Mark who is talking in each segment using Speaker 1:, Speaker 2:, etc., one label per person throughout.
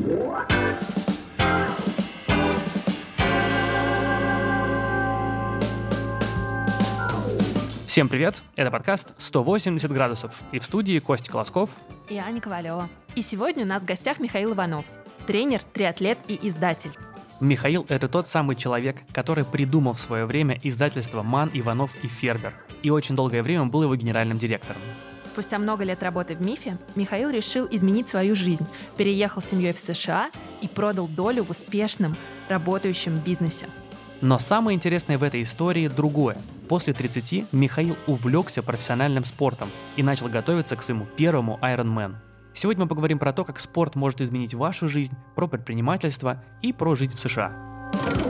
Speaker 1: Всем привет! Это подкаст «180 градусов». И в студии Костя Колосков
Speaker 2: и Аня Ковалева. И сегодня у нас в гостях Михаил Иванов, тренер, триатлет и издатель.
Speaker 1: Михаил – это тот самый человек, который придумал в свое время издательство «Ман, Иванов и Фербер». И очень долгое время был его генеральным директором.
Speaker 2: Спустя много лет работы в МИФе Михаил решил изменить свою жизнь, переехал с семьей в США и продал долю в успешном, работающем бизнесе.
Speaker 1: Но самое интересное в этой истории другое. После 30 Михаил увлекся профессиональным спортом и начал готовиться к своему первому Ironman. Сегодня мы поговорим про то, как спорт может изменить вашу жизнь, про предпринимательство и про жизнь в США.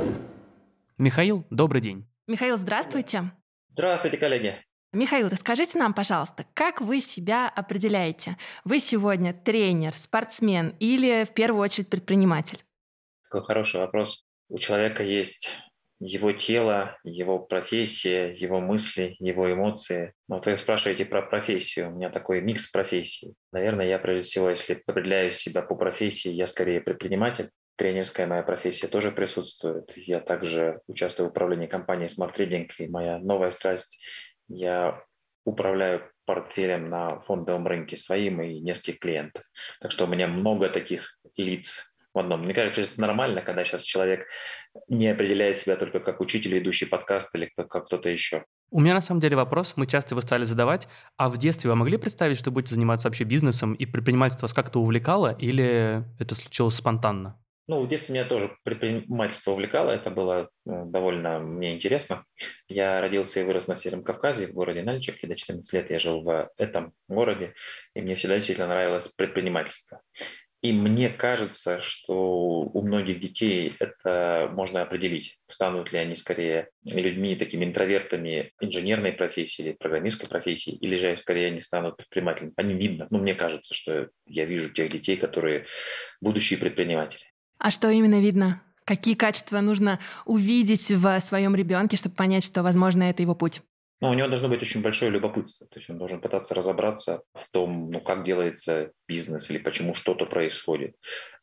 Speaker 1: Михаил, добрый день.
Speaker 2: Михаил, здравствуйте.
Speaker 3: Здравствуйте, коллеги.
Speaker 2: Михаил, расскажите нам, пожалуйста, как вы себя определяете? Вы сегодня тренер, спортсмен или в первую очередь предприниматель?
Speaker 3: Такой хороший вопрос. У человека есть его тело, его профессия, его мысли, его эмоции. Но вот вы спрашиваете про профессию. У меня такой микс профессий. Наверное, я, прежде всего, если определяю себя по профессии, я скорее предприниматель. Тренерская моя профессия тоже присутствует. Я также участвую в управлении компанией Smart Trading. И моя новая страсть – я управляю портфелем на фондовом рынке своим и нескольких клиентов. Так что у меня много таких лиц в одном. Мне кажется, это нормально, когда сейчас человек не определяет себя только как учитель, ведущий подкаст или как кто-то еще.
Speaker 1: У меня на самом деле вопрос, мы часто его стали задавать. А в детстве вы могли представить, что будете заниматься вообще бизнесом, и предпринимательство вас как-то увлекало, или это случилось спонтанно?
Speaker 3: В детстве меня тоже предпринимательство увлекало, это было довольно мне интересно. Я родился и вырос на Северном Кавказе, в городе Нальчик, и до 14 лет я жил в этом городе, и мне всегда действительно нравилось предпринимательство. И мне кажется, что у многих детей это можно определить. Станут ли они скорее людьми, такими интровертами инженерной профессии или программистской профессии, или же скорее они станут предпринимателями. По ним видно. Мне кажется, что я вижу тех детей, которые будущие предприниматели.
Speaker 2: А что именно видно? Какие качества нужно увидеть в своем ребенке, чтобы понять, что, возможно, это его путь?
Speaker 3: У него должно быть очень большое любопытство. То есть он должен пытаться разобраться в том, как делается бизнес или почему что-то происходит.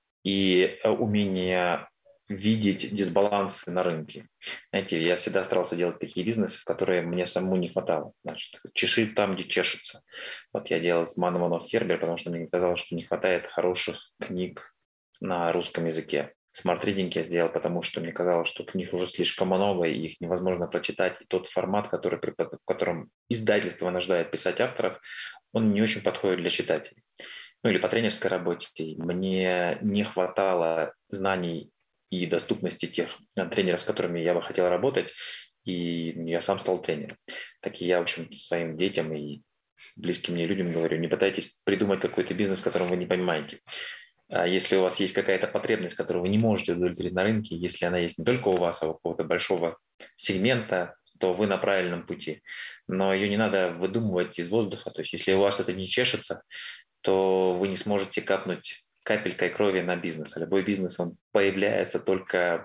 Speaker 3: И умение видеть дисбалансы на рынке. Знаете, я всегда старался делать такие бизнесы, в которые мне самому не хватало. Значит, чеши там, где чешется. Я делал с Ман, Иванов и Фербер, потому что мне казалось, что не хватает хороших книг на русском языке. Smart Reading я сделал, потому что мне казалось, что книг уже слишком много, и их невозможно прочитать. И тот формат, в котором издательство нуждает писать авторов, он не очень подходит для читателей. Или по тренерской работе. Мне не хватало знаний и доступности тех тренеров, с которыми я бы хотел работать, и я сам стал тренером. Так и я, в общем, своим детям и близким мне людям говорю, не пытайтесь придумать какой-то бизнес, в котором вы не понимаете. Если у вас есть какая-то потребность, которую вы не можете удовлетворить на рынке, если она есть не только у вас, а у какого-то большого сегмента, то вы на правильном пути. Но ее не надо выдумывать из воздуха. То есть если у вас это не чешется, то вы не сможете капнуть капелькой крови на бизнес. А любой бизнес, он появляется только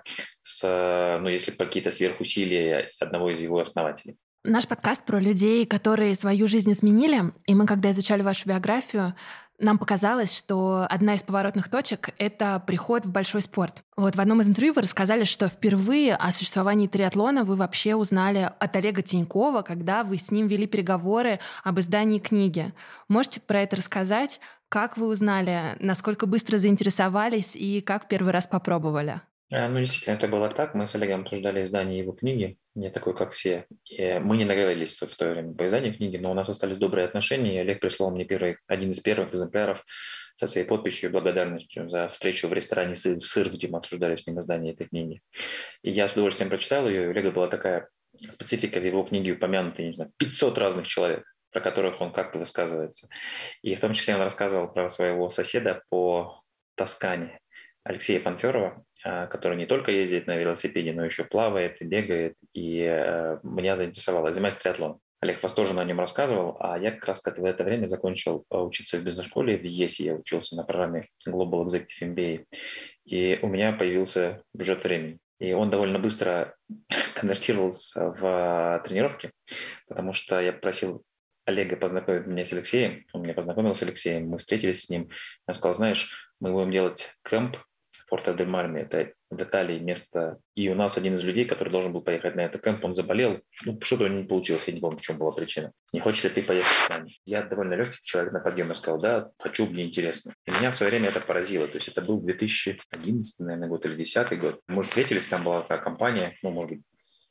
Speaker 3: если какие-то сверхусилия одного из его основателей.
Speaker 2: Наш подкаст про людей, которые свою жизнь изменили. И мы, когда изучали вашу биографию, нам показалось, что одна из поворотных точек — это приход в большой спорт. В одном из интервью вы рассказали, что впервые о существовании триатлона вы вообще узнали от Олега Тинькова, когда вы с ним вели переговоры об издании книги. Можете про это рассказать? Как вы узнали, насколько быстро заинтересовались и как первый раз попробовали?
Speaker 3: Действительно, это было так. Мы с Олегом обсуждали издание его книги, не такой, как все. И мы не договорились в то время по изданию книги, но у нас остались добрые отношения, и Олег прислал мне один из первых экземпляров со своей подписью и благодарностью за встречу в ресторане «Сыр», где мы обсуждали с ним издание этой книги. И я с удовольствием прочитал ее, и у Олега была такая специфика в его книге, упомянутые, 500 разных человек, про которых он как-то высказывается. И в том числе он рассказывал про своего соседа по Тоскане, Алексея Фанферова, который не только ездит на велосипеде, но еще плавает и бегает, и меня заинтересовало. Занимается триатлоном. Олег восторженно о нем рассказывал, а я как раз в это время закончил учиться в бизнес-школе в ЕСе, я учился на программе Global Executive MBA, и у меня появился бюджет времени. И он довольно быстро конвертировался в тренировки, потому что я просил Олега познакомить меня с Алексеем, он меня познакомил с Алексеем, мы встретились с ним, он сказал, знаешь, мы будем делать кэмп Форте-дель-Марме, это в Италии место, и у нас один из людей, который должен был поехать на этот кэмп, он заболел, что-то не получилось, я не помню, в чем была причина. Не хочешь ли ты поехать с нами? Я довольно легкий человек на подъеме, сказал, да, хочу, мне интересно. И меня в свое время это поразило, то есть это был 2011, наверное, год или 2010 год. Мы встретились, там была такая компания, может быть,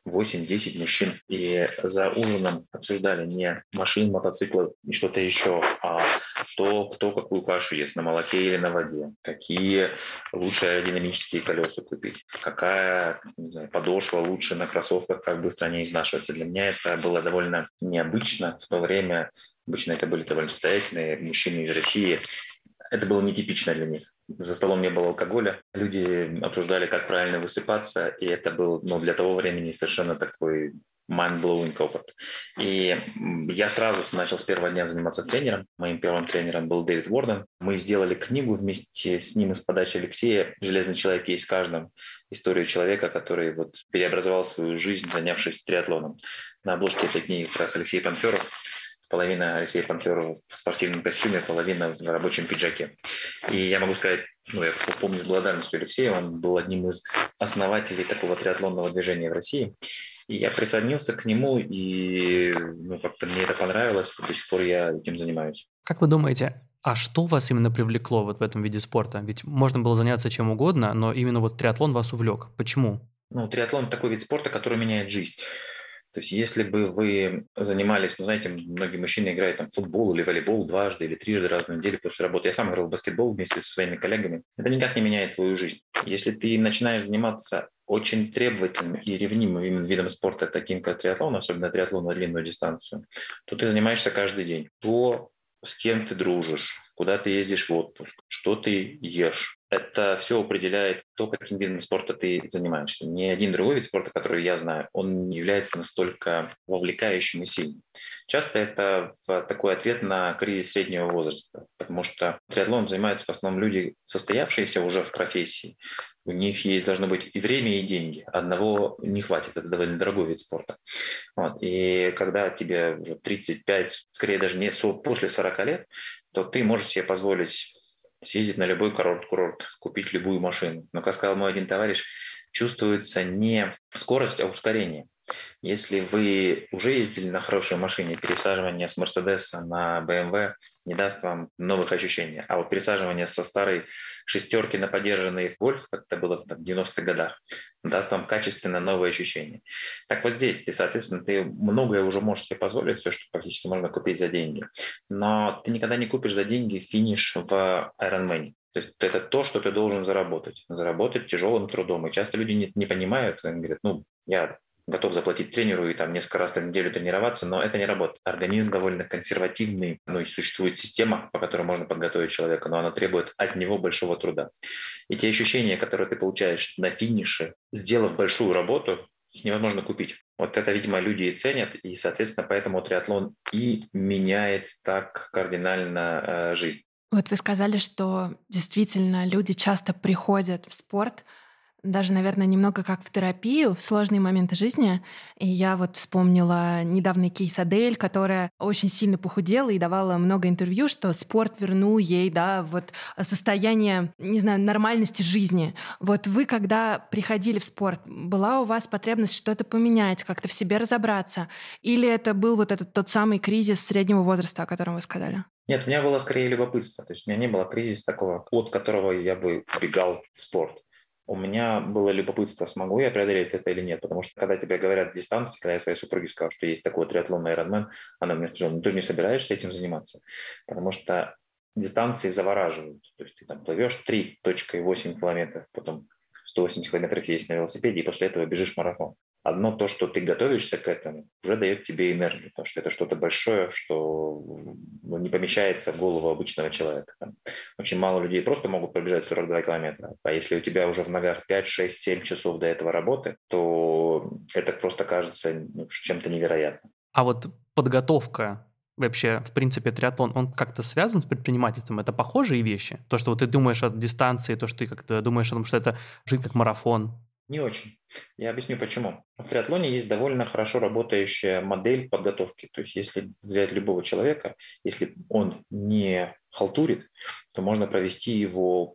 Speaker 3: 8-10 мужчин, и за ужином обсуждали не машин, мотоциклы и что-то еще, а то, кто какую кашу ест, на молоке или на воде, какие лучше аэродинамические колеса купить, какая, не знаю, подошва лучше на кроссовках, как быстро они изнашиваются. Для меня это было довольно необычно. В то время обычно это были довольно состоятельные мужчины из России. Это было нетипично для них. За столом не было алкоголя. Люди обсуждали, как правильно высыпаться, и это был, для того времени совершенно такой mind-blowing опыт. И я сразу начал с первого дня заниматься тренером. Моим первым тренером был Дэвид Уорден. Мы сделали книгу вместе с ним из подачи Алексея «Железный человек есть в каждом». Историю человека, который переобразовал свою жизнь, занявшись триатлоном. На обложке этой книги как раз Алексей Панферов. Половина Алексея Панферова в спортивном костюме, половина в рабочем пиджаке. И я могу сказать, я помню с благодарностью Алексея, он был одним из основателей такого триатлонного движения в России. И я присоединился к нему, и как-то мне это понравилось, до сих пор я этим занимаюсь.
Speaker 1: Как вы думаете, а что вас именно привлекло в этом виде спорта? Ведь можно было заняться чем угодно, но именно триатлон вас увлек. Почему?
Speaker 3: Триатлон – такой вид спорта, который меняет жизнь. То есть если бы вы занимались, знаете, многие мужчины играют в футбол или волейбол дважды или трижды раз в неделю после работы. Я сам играл в баскетбол вместе со своими коллегами. Это никак не меняет твою жизнь. Если ты начинаешь заниматься очень требовательным и ревнимым видом спорта, таким как триатлон, особенно триатлон на длинную дистанцию, то ты занимаешься каждый день. То, с кем ты дружишь, куда ты ездишь в отпуск, что ты ешь. Это все определяет то, каким видом спорта ты занимаешься. Ни один другой вид спорта, который я знаю, он не является настолько вовлекающим и сильным. Часто это такой ответ на кризис среднего возраста, потому что триатлон занимаются в основном люди, состоявшиеся уже в профессии. У них должно быть и время, и деньги. Одного не хватит, это довольно дорогой вид спорта. И когда тебе уже 35, скорее даже не после 40 лет, то ты можешь себе позволить съездить на любой курорт, купить любую машину. Но, как сказал мой один товарищ, чувствуется не скорость, а ускорение. Если вы уже ездили на хорошей машине, пересаживание с Мерседеса на BMW не даст вам новых ощущений. А пересаживание со старой шестерки на подержанный Гольф, как это было в 90-х годах, даст вам качественно новые ощущения. Так здесь, соответственно, ты многое уже можешь себе позволить, все, что практически можно купить за деньги. Но ты никогда не купишь за деньги финиш в Ironman. То есть это то, что ты должен заработать. Заработать тяжелым трудом. И часто люди не понимают, они говорят, я готов заплатить тренеру и несколько раз в неделю тренироваться, но это не работает. Организм довольно консервативный, и существует система, по которой можно подготовить человека, но она требует от него большого труда. И те ощущения, которые ты получаешь на финише, сделав большую работу, их невозможно купить. Это, видимо, люди и ценят, и, соответственно, поэтому триатлон и меняет так кардинально жизнь.
Speaker 2: Вы сказали, что действительно люди часто приходят в спорт, даже, наверное, немного как в терапию в сложные моменты жизни. И я вспомнила недавний кейс Адель, которая очень сильно похудела и давала много интервью, что спорт вернул ей, состояние, нормальности жизни. Вы, когда приходили в спорт, была у вас потребность что-то поменять, как-то в себе разобраться? Или это был этот тот самый кризис среднего возраста, о котором вы сказали?
Speaker 3: Нет, у меня было скорее любопытство. То есть у меня не было кризиса такого, от которого я бы убегал в спорт. У меня было любопытство, смогу я преодолеть это или нет, потому что когда тебе говорят дистанции, когда я своей супруге сказал, что есть такой триатлон на Ironman, она мне сказала, ты же не собираешься этим заниматься, потому что дистанции завораживают. То есть ты плывешь 3,8 километров, потом 180 километров есть на велосипеде, и после этого бежишь марафон. Одно то, что ты готовишься к этому, уже дает тебе энергию, потому что это что-то большое, что не помещается в голову обычного человека. Очень мало людей просто могут пробежать 42 километра. А если у тебя уже в ногах 5, 6, 7 часов до этого работы, то это просто кажется чем-то невероятным.
Speaker 1: А подготовка, вообще, в принципе, триатлон, он как-то связан с предпринимательством? Это похожие вещи? То, что ты думаешь о дистанции, то, что ты как-то думаешь о том, что это жизнь как марафон?
Speaker 3: Не очень. Я объясню почему. В триатлоне есть довольно хорошо работающая модель подготовки. То есть если взять любого человека, если он не халтурит, то можно провести его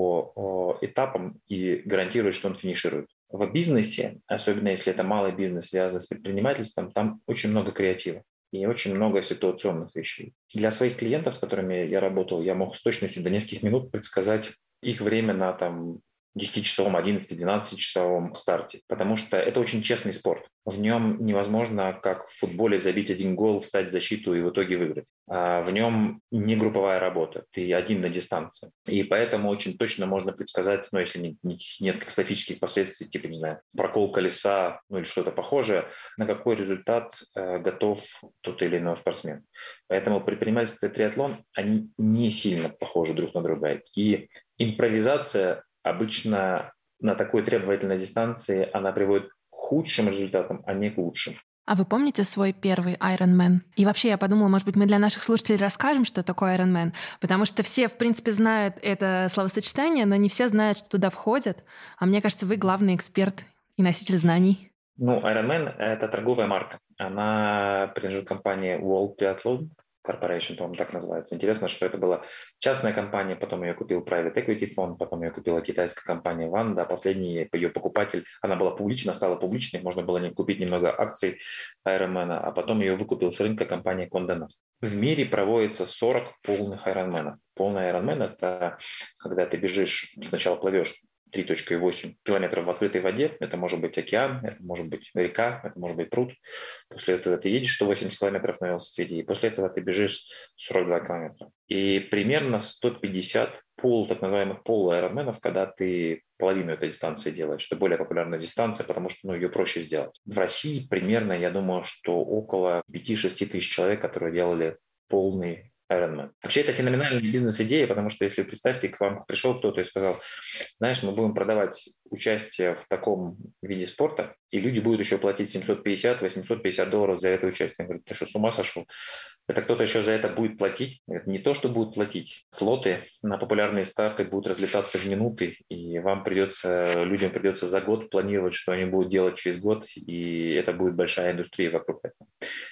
Speaker 3: по этапам и гарантировать, что он финиширует. В бизнесе, особенно если это малый бизнес, связанный с предпринимательством, там очень много креатива и очень много ситуационных вещей. Для своих клиентов, с которыми я работал, я мог с точностью до нескольких минут предсказать их время на 10-часовом, 11-12-часовом старте, потому что это очень честный спорт. В нем невозможно, как в футболе, забить один гол, встать в защиту и в итоге выиграть. А в нем не групповая работа, ты один на дистанции. И поэтому очень точно можно предсказать, если нет катастрофических последствий, типа, не знаю, прокол колеса, или что-то похожее, на какой результат готов тот или иной спортсмен. Поэтому предпринимательство и триатлон, они не сильно похожи друг на друга. И импровизация обычно на такой требовательной дистанции она приводит к худшим результатам, а не к лучшим.
Speaker 2: А вы помните свой первый Ironman? И вообще я подумала, может быть, мы для наших слушателей расскажем, что такое Ironman, потому что все, в принципе, знают это словосочетание, но не все знают, что туда входят. А мне кажется, вы главный эксперт и носитель знаний.
Speaker 3: Ironman — это торговая марка. Она принадлежит компании World Triathlon Corporation, по-моему, так называется. Интересно, что это была частная компания, потом ее купил Private Equity фонд, потом ее купила китайская компания Ванда, последний ее покупатель, она была публична, стала публичной, можно было купить немного акций Ironman, а потом ее выкупил с рынка компания Condé Nast. В мире проводится 40 полных Ironman'ов. Полный Ironman — это когда ты бежишь, сначала плывешь 3,8 километров в открытой воде. Это может быть океан, это может быть река, это может быть пруд. После этого ты едешь 180 километров на велосипеде, и после этого ты бежишь 42 километра. И примерно 150 так называемых полуайронменов, когда ты половину этой дистанции делаешь. Это более популярная дистанция, потому что ее проще сделать. В России примерно, я думаю, что около 5-6 тысяч человек, которые делали полный Ironman. Вообще это феноменальная бизнес-идея, потому что если вы представьте, к вам пришел кто-то и сказал, знаешь, мы будем продавать участие в таком виде спорта, и люди будут еще платить $750-850 за это участие. Я говорю, ты что, с ума сошел? Это кто-то еще за это будет платить? Это не то, что будут платить. Слоты на популярные старты будут разлетаться в минуты, и людям придется за год планировать, что они будут делать через год, и это будет большая индустрия вокруг этого.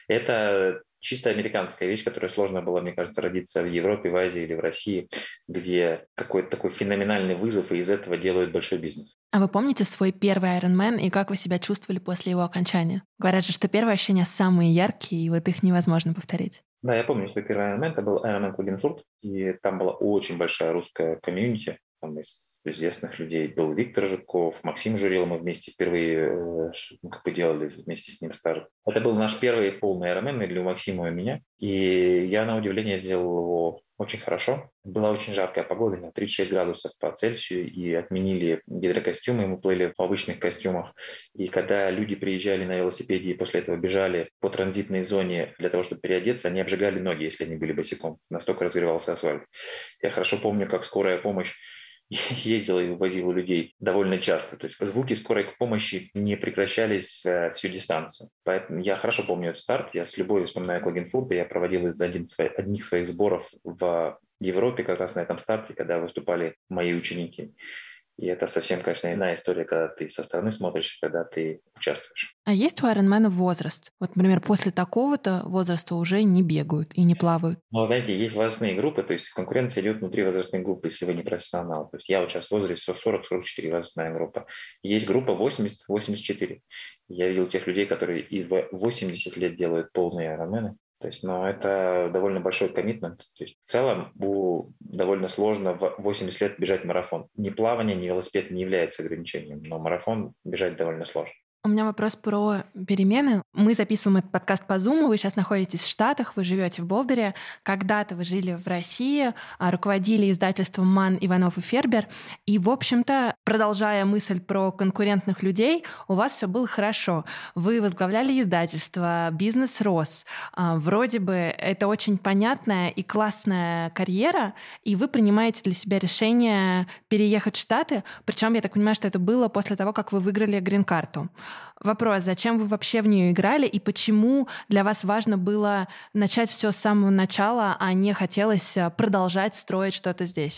Speaker 3: Это чисто американская вещь, которая сложно было, мне кажется, родиться в Европе, в Азии или в России, где какой-то такой феноменальный вызов, и из этого делают большой бизнес.
Speaker 2: А вы помните свой первый Ironman и как вы себя чувствовали после его окончания? Говорят же, что первые ощущения самые яркие, и вот их невозможно повторить.
Speaker 3: Да, я помню свой первый Ironman, это был Ironman Klagenfurt, и там была очень большая русская комьюнити, там из известных людей был Виктор Жуков, Максим Журил, мы вместе впервые делали вместе с ним старт. Это был наш первый полный Ironman и для Максима и меня, и я на удивление сделал его очень хорошо. Была очень жаркая погода, 36 градусов по Цельсию, и отменили гидрокостюмы, мы плыли в обычных костюмах. И когда люди приезжали на велосипеде и после этого бежали по транзитной зоне для того, чтобы переодеться, они обжигали ноги, если они были босиком. Настолько разогревался асфальт. Я хорошо помню, как скорая помощь ездила и вывозила людей довольно часто. То есть звуки скорой помощи не прекращались всю дистанцию. Поэтому я хорошо помню этот старт. Я с любовью вспоминаю Klagenfurt. Я проводил одних своих сборов в Европе как раз на этом старте, когда выступали мои ученики. И это совсем, конечно, иная история, когда ты со стороны смотришь, когда ты участвуешь.
Speaker 2: А есть у Ironman возраст? Вот, например, после такого-то возраста уже не бегают и не плавают.
Speaker 3: Ну, знаете, есть возрастные группы, то есть конкуренция идет внутри возрастной группы, если вы не профессионал. То есть я вот сейчас в возрасте 40-44 возрастная группа. Есть группа 80-84. Я видел тех людей, которые и в 80 лет делают полные Ironman. То есть, это довольно большой коммитмент. То есть, в целом, довольно сложно в 80 лет бежать марафон. Ни плавание, ни велосипед не является ограничением, но марафон бежать довольно сложно.
Speaker 2: У меня вопрос про перемены. Мы записываем этот подкаст по Zoom. Вы сейчас находитесь в Штатах, вы живете в Болдере. Когда-то вы жили в России, руководили издательством «Ман, Иванов и Фербер». И, в общем-то, продолжая мысль про конкурентных людей, у вас все было хорошо. Вы возглавляли издательство, бизнес рос. Вроде бы это очень понятная и классная карьера, и вы принимаете для себя решение переехать в Штаты. Причем я так понимаю, что это было после того, как вы выиграли грин-карту. Вопрос, зачем вы вообще в нее играли и почему для вас важно было начать все с самого начала, а не хотелось продолжать строить что-то здесь?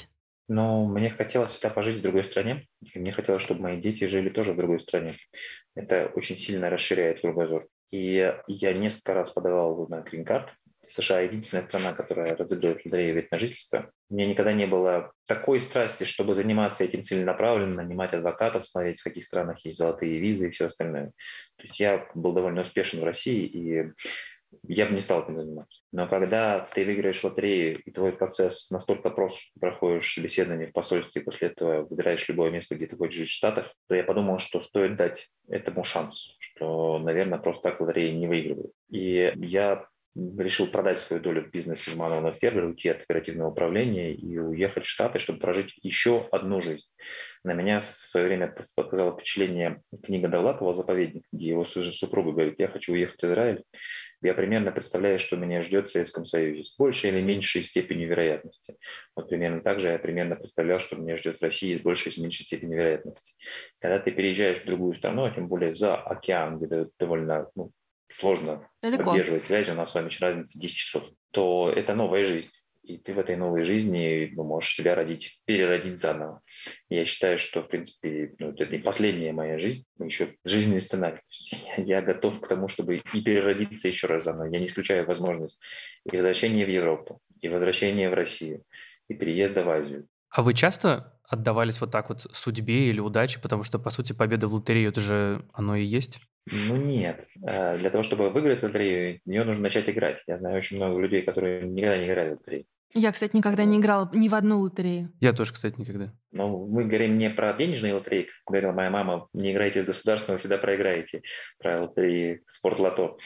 Speaker 3: Но мне хотелось всегда пожить в другой стране, и мне хотелось, чтобы мои дети жили тоже в другой стране. Это очень сильно расширяет кругозор. И я несколько раз подавал на грин-карт. США — единственная страна, которая разыгрывает лотерею вид на жительство. У меня никогда не было такой страсти, чтобы заниматься этим целенаправленно, нанимать адвокатов, смотреть, в каких странах есть золотые визы и все остальное. То есть я был довольно успешен в России, и я бы не стал этим заниматься. Но когда ты выиграешь лотерею, и твой процесс настолько прост, что ты проходишь собеседование в посольстве, и после этого выбираешь любое место, где ты хочешь жить в Штатах, то я подумал, что стоит дать этому шанс, что, наверное, просто так лотереи не выигрывают. И я решил продать свою долю в бизнесе в Мануэла Фербер, уйти от оперативного управления и уехать в Штаты, чтобы прожить еще одну жизнь. На меня в свое время показало впечатление книга Довлатова «Заповедник», где его супруга говорит: я хочу уехать в Израиль. Я примерно представляю, что меня ждет в Советском Союзе с большей или меньшей степенью вероятности. Вот примерно так же я примерно представлял, что меня ждет в России с большей или меньшей степенью вероятности. Когда ты переезжаешь в другую страну, а тем более за океан, где довольно сложно
Speaker 2: Далеко.
Speaker 3: поддерживать связь, у нас с вами еще разница 10 часов, то это новая жизнь. И ты в этой новой жизни можешь себя переродить заново. Я считаю, что, в принципе, это не последняя моя жизнь, еще жизненный сценарий. Я готов к тому, чтобы и переродиться еще раз заново. Я не исключаю возможность и возвращения в Европу, и возвращения в Россию, и переезда в Азию.
Speaker 1: А вы часто отдавались вот так вот судьбе или удаче, потому что, по сути, победа в лотерею, это же оно и есть?
Speaker 3: Ну нет. Для того, чтобы выиграть лотерею, в нее нужно начать играть. Я знаю очень много людей, которые никогда не играли в лотерею.
Speaker 2: Я, кстати, никогда не играла ни в одну лотерею.
Speaker 1: Я тоже, кстати, никогда.
Speaker 3: Но мы говорим не про денежные лотереи, как говорила моя мама: не играйте с государственного, всегда проиграете, про лотереи спортлото.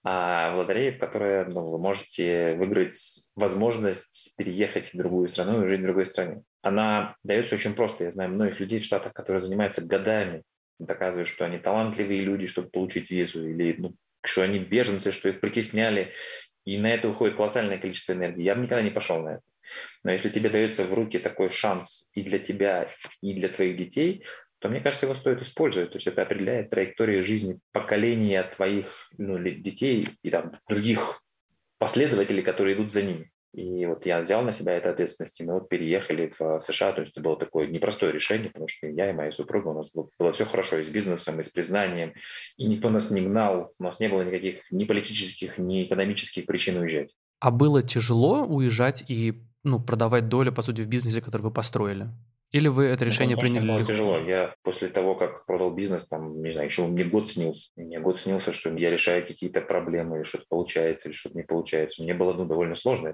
Speaker 3: А в лотерее, в которой вы можете выиграть возможность переехать в другую страну и жить в другой стране. Она дается очень просто. Я знаю многих людей в Штатах, которые занимаются годами, доказывают, что они талантливые люди, чтобы получить визу, или что они беженцы, что их притесняли, и на это уходит колоссальное количество энергии. Я бы никогда не пошел на это. Но если тебе дается в руки такой шанс и для тебя, и для твоих детей, то, мне кажется, его стоит использовать. То есть это определяет траекторию жизни поколения твоих детей и других последователей, которые идут за ними. И вот я взял на себя эту ответственность, и мы переехали в США. То есть это было такое непростое решение, потому что я и моя супруга, у нас было все хорошо и с бизнесом, и с признанием, и никто нас не гнал, у нас не было никаких ни политических, ни экономических причин уезжать.
Speaker 1: А было тяжело уезжать и продавать долю, по сути, в бизнесе, который вы построили? Или вы это решение
Speaker 3: Конечно,
Speaker 1: приняли
Speaker 3: было
Speaker 1: легко?
Speaker 3: тяжело. Я после того, как продал бизнес, не знаю, еще мне год снился. Мне год снился, что я решаю какие-то проблемы, или что-то получается, или что-то не получается. Мне было довольно сложно.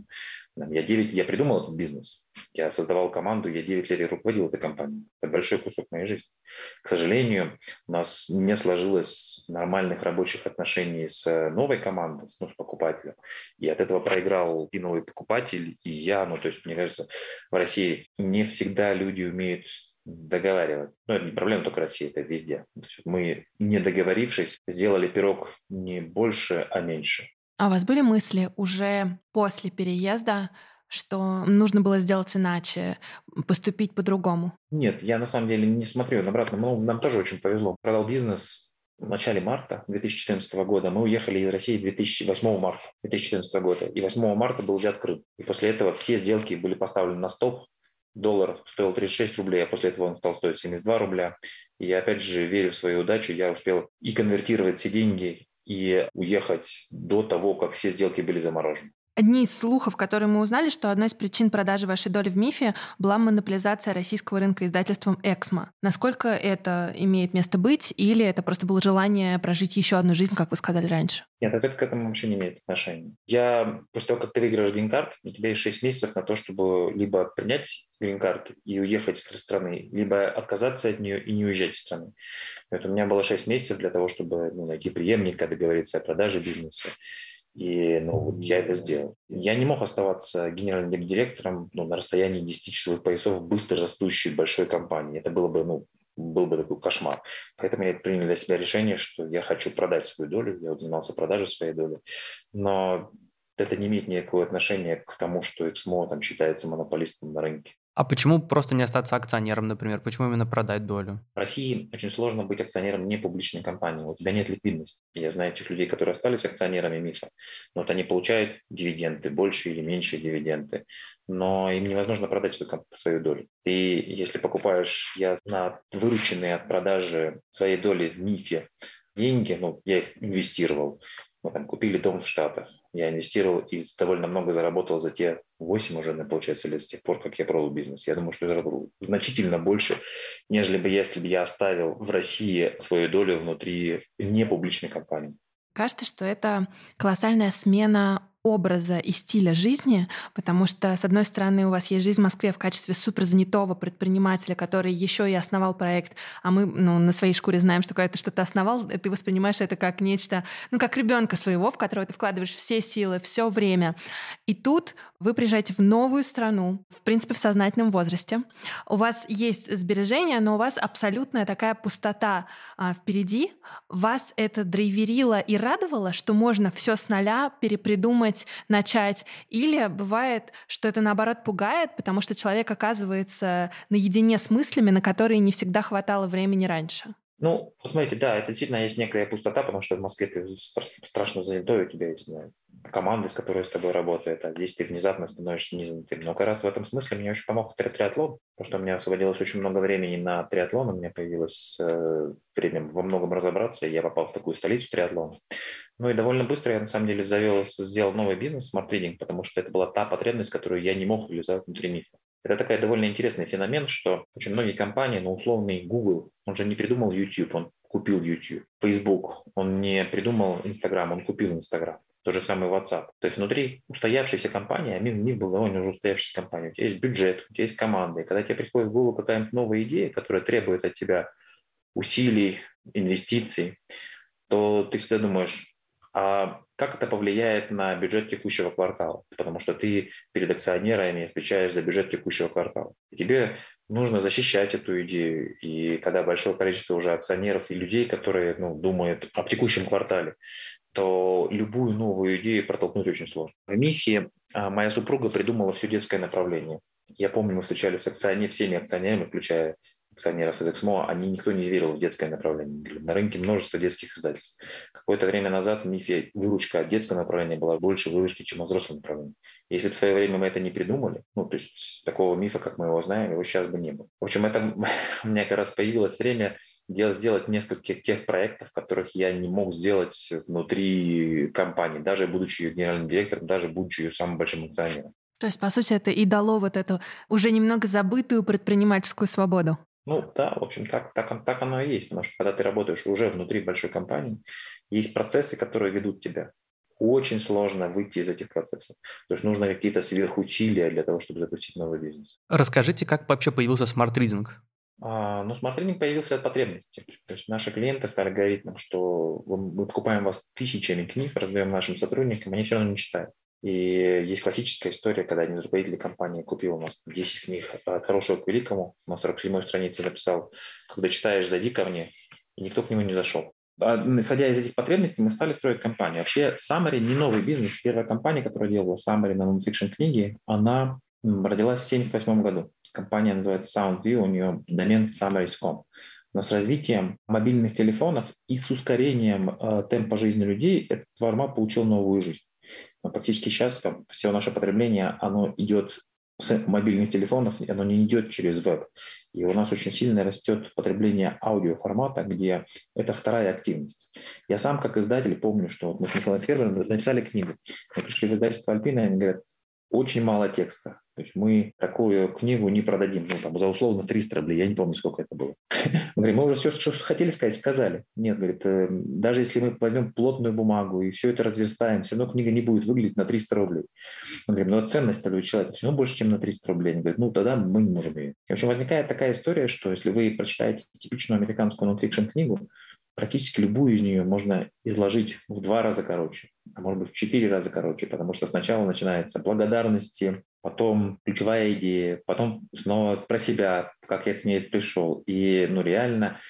Speaker 3: Я придумал этот бизнес. Я создавал команду, я 9 лет руководил этой компанией. Это большой кусок моей жизни. К сожалению, у нас не сложилось нормальных рабочих отношений с новой командой, с покупателем. И от этого проиграл и новый покупатель, и я. То есть, мне кажется, в России не всегда люди умеют договариваться. Это не проблема только России, это везде. То есть мы, не договорившись, сделали пирог не больше, а меньше.
Speaker 2: А у вас были мысли уже после переезда, что нужно было сделать иначе, поступить по-другому?
Speaker 3: Нет, я на самом деле не смотрю обратно. Нам тоже очень повезло. Продал бизнес в начале марта 2014 года. Мы уехали из России 8 марта 2014 года. И 8 марта был взят Крым. И после этого все сделки были поставлены на стоп. Доллар стоил 36 рублей, а после этого он стал стоить 72 рубля. И я опять же верю в свою удачу. Я успел и конвертировать все деньги, и уехать до того, как все сделки были заморожены.
Speaker 2: Одни из слухов, которые мы узнали, что одной из причин продажи вашей доли в МИФе была монополизация российского рынка издательством «Эксмо». Насколько это имеет место быть, или это просто было желание прожить еще одну жизнь, как вы сказали раньше?
Speaker 3: Нет, ответ к этому вообще не имеет отношения. После того, как ты выиграешь грин-карт, у тебя есть 6 месяцев на то, чтобы либо принять грин-карт и уехать из страны, либо отказаться от нее и не уезжать из страны. Поэтому у меня было 6 месяцев для того, чтобы найти преемника, договориться о продаже бизнеса. И я это сделал. Я не мог оставаться генеральным директором на расстоянии 10 часовых поясов быстро растущей большой компании. Это был бы такой кошмар. Поэтому я принял для себя решение, что я хочу продать свою долю. Я занимался продажей своей доли. Но это не имеет никакого отношения к тому, что Эксмо считается монополистом на рынке.
Speaker 1: А почему просто не остаться акционером, например? Почему именно продать долю?
Speaker 3: В России очень сложно быть акционером непубличной компании. У тебя нет ликвидности. Я знаю тех людей, которые остались акционерами МИФа, но они получают дивиденды, больше или меньше дивиденды. но им невозможно продать свою долю. Ты, если покупаешь на вырученные от продажи своей доли в МИФе деньги, я их инвестировал, мы там купили дом в Штатах, я инвестировал и довольно много заработал за те 8 уже, получается, лет с тех пор, как я продал бизнес. Я думаю, что я заработал значительно больше, нежели бы если бы я оставил в России свою долю внутри непубличной компании.
Speaker 2: Кажется, что это колоссальная смена образа и стиля жизни, потому что, с одной стороны, у вас есть жизнь в Москве в качестве суперзанятого предпринимателя, который еще и основал проект, а мы на своей шкуре знаем, что когда ты что-то основал, ты воспринимаешь это как нечто, как ребенка своего, в которого ты вкладываешь все силы, все время. И тут вы приезжаете в новую страну, в принципе, в сознательном возрасте. У вас есть сбережения, но у вас абсолютная такая пустота впереди. Вас это драйверило и радовало, что можно все с нуля перепридумать, начать. Или бывает, что это наоборот пугает, потому что человек оказывается наедине с мыслями, на которые не всегда хватало времени раньше.
Speaker 3: Посмотрите, да, это действительно есть некая пустота, потому что в Москве ты страшно занятой, у тебя есть команда, с которой с тобой работает, а здесь ты внезапно становишься незанятым. Но как раз в этом смысле мне очень помог триатлон, потому что у меня освободилось очень много времени на триатлон, у меня появилось время во многом разобраться, и я попал в такую столицу триатлона. И довольно быстро я, на самом деле, сделал новый бизнес, Smart Reading, потому что это была та потребность, которую я не мог реализовать внутри МИФа. Это такой довольно интересный феномен, что очень многие компании, условный Google, он же не придумал YouTube, он купил YouTube. Facebook, он не придумал Instagram, он купил Instagram. То же самое WhatsApp. То есть внутри устоявшейся компании, а МИФ был довольно уже устоявшейся компанией, у тебя есть бюджет, у тебя есть команда. И когда тебе приходит в голову какая-нибудь новая идея, которая требует от тебя усилий, инвестиций, то ты всегда думаешь, а как это повлияет на бюджет текущего квартала? Потому что ты перед акционерами отвечаешь за бюджет текущего квартала. И тебе нужно защищать эту идею. И когда большое количество уже акционеров и людей, которые думают об текущем квартале, то любую новую идею протолкнуть очень сложно. В МИФе моя супруга придумала все детское направление. Я помню, мы встречались с всеми акционерами, включая акционеров из Эксмо, никто не верил в детское направление. На рынке множество детских издательств. Какое-то время назад в МИФе выручка от детского направления была больше выручки, чем от взрослого направления. Если в свое время мы это не придумали, то есть такого МИФа, как мы его знаем, его сейчас бы не было. В общем, у меня как раз появилось время сделать несколько тех проектов, которых я не мог сделать внутри компании, даже будучи ее генеральным директором, даже будучи ее самым большим акционером.
Speaker 2: То есть, по сути, это и дало вот эту уже немного забытую предпринимательскую свободу.
Speaker 3: Да, в общем, так оно и есть, потому что когда ты работаешь уже внутри большой компании, есть процессы, которые ведут тебя. Очень сложно выйти из этих процессов. То есть нужно какие-то сверхусилия для того, чтобы запустить новый бизнес.
Speaker 1: Расскажите, как вообще появился Smart Reading?
Speaker 3: Smart Reading появился от потребности. То есть наши клиенты стали говорить нам, что мы покупаем вас тысячами книг, раздаем нашим сотрудникам, они все равно не читают. И есть классическая история, когда один из руководителей компании купил у нас 10 книг «От хорошего к великому», на 47-й странице написал: «Когда читаешь, зайди ко мне», и никто к нему не зашел. Исходя из этих потребностей, мы стали строить компанию. Вообще, Summary не новый бизнес. Первая компания, которая делала Summary на нонфикшн книги, она родилась в 1978 году. Компания называется SoundView, у нее домен summaries.com. Но с развитием мобильных телефонов и с ускорением темпа жизни людей этот формат получил новую жизнь. Но практически сейчас все наше потребление, оно идет с мобильных телефонов, оно не идет через веб. И у нас очень сильно растет потребление аудиоформата, где это вторая активность. Я сам, как издатель, помню, что мы с Михаилом Фербером написали книгу. Мы пришли в издательство «Альпина», и они говорят: очень мало текста. То есть мы такую книгу не продадим, за условно 300 рублей, я не помню, сколько это было. Мы говорим: мы уже все, что хотели сказать, сказали. Нет, говорит, даже если мы возьмем плотную бумагу и все это разверстаем, все равно книга не будет выглядеть на 300 рублей. Мы говорим: ценность у человека все равно больше, чем на 300 рублей. Они говорят: тогда мы не можем ее. И, в общем, возникает такая история, что если вы прочитаете типичную американскую нонфикшн книгу, практически любую из нее можно изложить в 2 раза короче, а может быть в 4 раза короче, потому что сначала начинается благодарности, потом ключевая идея, потом снова про себя, как я к ней пришел. И реально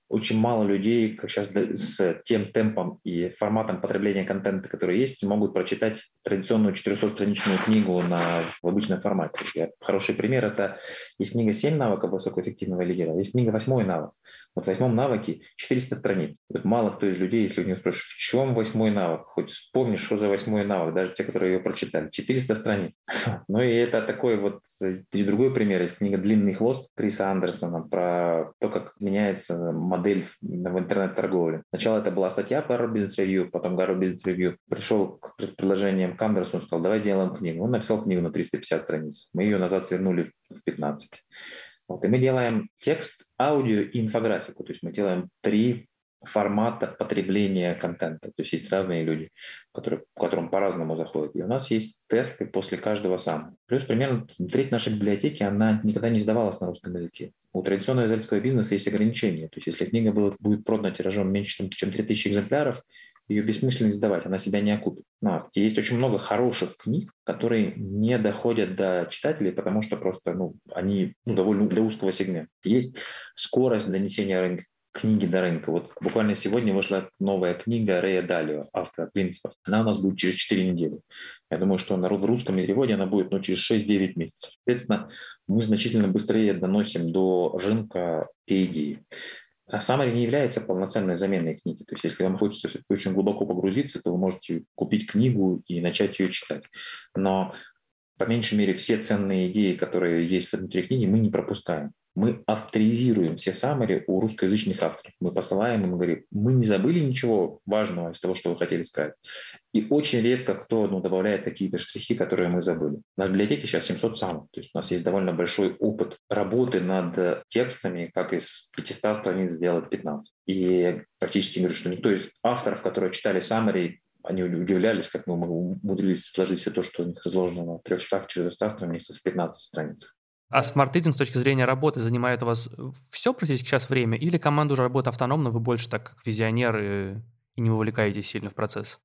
Speaker 3: очень мало людей, как сейчас с тем темпом и форматом потребления контента, который есть, могут прочитать традиционную 400-страничную книгу в обычном формате. Хороший пример – это есть книга «7 навыков высокоэффективного лидера», есть книга «8 навык». Вот в 8 навыке 400 страниц. Вот мало кто из людей, если у него спрашивают, в чем 8 навык, хоть вспомнишь, что за 8 навык, даже те, которые ее прочитали, 400 страниц. Ну и это такой вот другой пример. Есть книга «Длинный хвост» Криса Андерсона про то, как меняется модель в интернет-торговле. Сначала это была статья по Harvard Business Review, потом Harvard Business Review пришел к предложениям к Андерсону, сказал, давай сделаем книгу. Он написал книгу на 350 страниц. Мы ее назад свернули в 15. Вот, и мы делаем текст, аудио и инфографику. То есть мы делаем 3 формата потребления контента. То есть есть разные люди, которым по-разному заходят. И у нас есть тесты после каждого сам. Плюс примерно треть нашей библиотеки, она никогда не издавалась на русском языке. У традиционного издательского бизнеса есть ограничения. То есть если книга будет продана тиражом меньше, чем 3000 экземпляров, ее бессмысленно издавать, она себя не окупит. И есть очень много хороших книг, которые не доходят до читателей, потому что просто они довольно для узкого сегмента. Есть скорость донесения книги до рынка. Вот буквально сегодня вышла новая книга Рэя Далио, автора «Принципов». Она у нас будет через 4 недели. Я думаю, что в русском переводе она будет через 6-9 месяцев. Соответственно, мы значительно быстрее доносим до рынка те идеи. А Summary не является полноценной заменой книги. То есть если вам хочется очень глубоко погрузиться, то вы можете купить книгу и начать ее читать. Но по меньшей мере все ценные идеи, которые есть внутри книги, мы не пропускаем. Мы авторизируем все summary у русскоязычных авторов. Мы посылаем им и говорим, мы не забыли ничего важного из того, что вы хотели сказать. И очень редко кто добавляет какие-то штрихи, которые мы забыли. На библиотеке сейчас 700 самых. То есть у нас есть довольно большой опыт работы над текстами, как из 500 страниц сделать 15. И практически говорю, что никто из авторов, которые читали summary, они удивлялись, как мы умудрились сложить все то, что у них изложено на 300-400 страницах в 15 страницах.
Speaker 1: А смарт-ритинг с точки зрения работы занимает у вас все практически сейчас время? Или команда уже работает автономно, вы больше так как визионер и не вовлекаетесь сильно в процесс?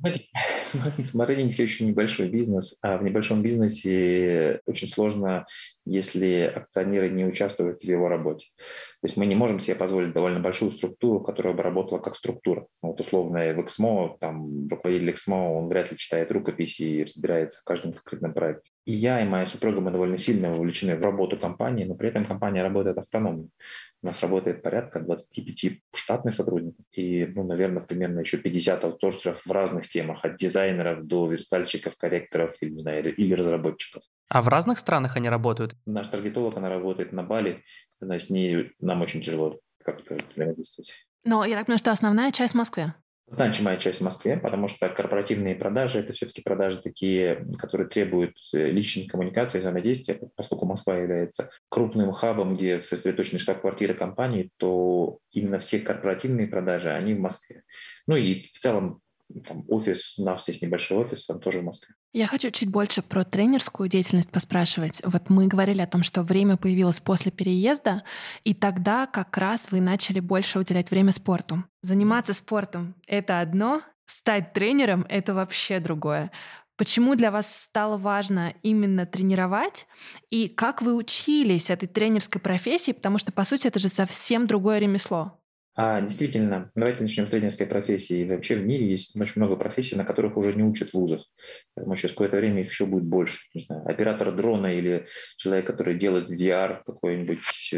Speaker 3: Смарт-ритинг все еще небольшой бизнес, а в небольшом бизнесе очень сложно, если акционеры не участвуют в его работе. То есть мы не можем себе позволить довольно большую структуру, которая бы работала как структура. Вот условно в Exmo, там руководитель Exmo, он вряд ли читает рукописи и разбирается в каждом конкретном проекте. И я, и моя супруга, мы довольно сильно вовлечены в работу компании, но при этом компания работает автономно. У нас работает порядка 25 штатных сотрудников и, наверное, примерно еще 50 аутсорсеров в разных темах, от дизайнеров до верстальщиков, корректоров или разработчиков.
Speaker 1: А в разных странах они работают?
Speaker 3: Наш таргетолог, она работает на Бали, с ней нам очень тяжело как-то взаимодействовать.
Speaker 2: Но я так понимаю, что основная часть в Москве.
Speaker 3: Значимая часть в Москве, потому что корпоративные продажи – это все-таки продажи такие, которые требуют личной коммуникации, взаимодействия. Поскольку Москва является крупным хабом, где сосредоточены штаб-квартиры компаний, то именно все корпоративные продажи, они в Москве. И в целом офис, у нас есть небольшой офис, он тоже в Москве.
Speaker 2: Я хочу чуть больше про тренерскую деятельность поспрашивать. Вот мы говорили о том, что время появилось после переезда, и тогда как раз вы начали больше уделять время спорту. Заниматься спортом — это одно, стать тренером — это вообще другое. Почему для вас стало важно именно тренировать? И как вы учились этой тренерской профессии? Потому что, по сути, это же совсем другое ремесло.
Speaker 3: Действительно, давайте начнем с тренерской профессии. И вообще в мире есть очень много профессий, на которых уже не учат в вузах. Поэтому через какое-то время их еще будет больше. Не знаю, оператор дрона или человек, который делает VR, какой-нибудь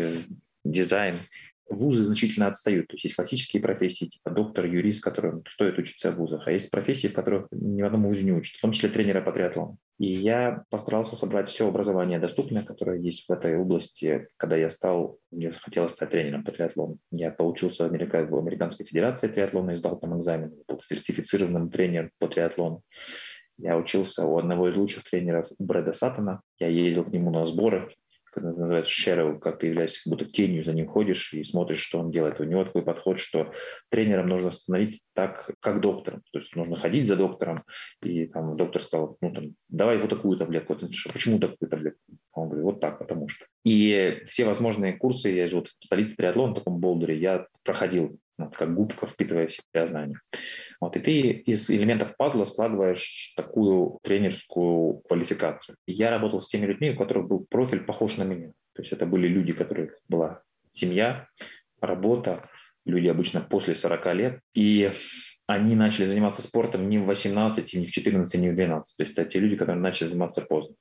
Speaker 3: дизайн. Вузы значительно отстают. То есть классические профессии, типа доктор, юрист, которым стоит учиться в вузах. А есть профессии, в которых ни в одном вузе не учат, в том числе тренера по триатлону. И я постарался собрать все образование доступное, которое есть в этой области. Когда мне хотелось стать тренером по триатлону. Я поучился в Американской Федерации триатлона и сдал там экзамен. Был сертифицированным тренером по триатлону. Я учился у одного из лучших тренеров Брэда Саттона. Я ездил к нему на сборы. Это называется shadow, как ты являешься как будто тенью, за ним ходишь и смотришь, что он делает. У него такой подход, что тренером нужно становиться так, как доктором. То есть нужно ходить за доктором, и доктор сказал, давай вот такую таблетку. Почему такую таблетку? Он говорит, вот так, потому что. И все возможные курсы, я живу в столице триатлона, в таком Болдере, я проходил, как губка, впитывая в себя знания. И ты из элементов пазла складываешь такую тренерскую квалификацию. И я работал с теми людьми, у которых был профиль похож на меня. То есть это были люди, у которых была семья, работа, люди обычно после 40 лет, и они начали заниматься спортом не в 18, не в 14, не в 12. То есть это те люди, которые начали заниматься поздно.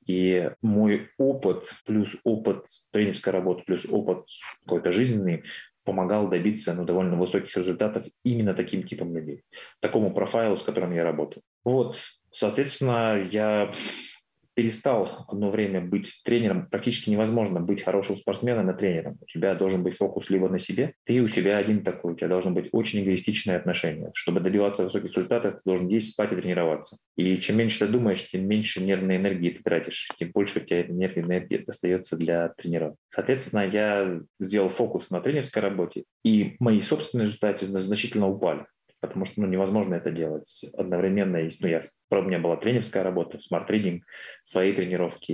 Speaker 3: И мой опыт, плюс опыт тренерской работы, плюс опыт какой-то жизненный, помогал добиться довольно высоких результатов именно таким типом людей, такому профайлу, с которым я работал. Вот, соответственно, я перестал одно время быть тренером. Практически невозможно быть хорошим спортсменом и тренером. У тебя должен быть фокус либо на себе, ты у себя один такой, у тебя должно быть очень эгоистичное отношение. Чтобы добиваться высоких результатов, ты должен есть, спать и тренироваться. И чем меньше ты думаешь, тем меньше нервной энергии ты тратишь, тем больше у тебя энергии достается для тренировок. Соответственно, я сделал фокус на тренерской работе, и мои собственные результаты значительно упали. Потому что невозможно это делать одновременно. У меня была тренерская работа, смарт-трейдинг, свои тренировки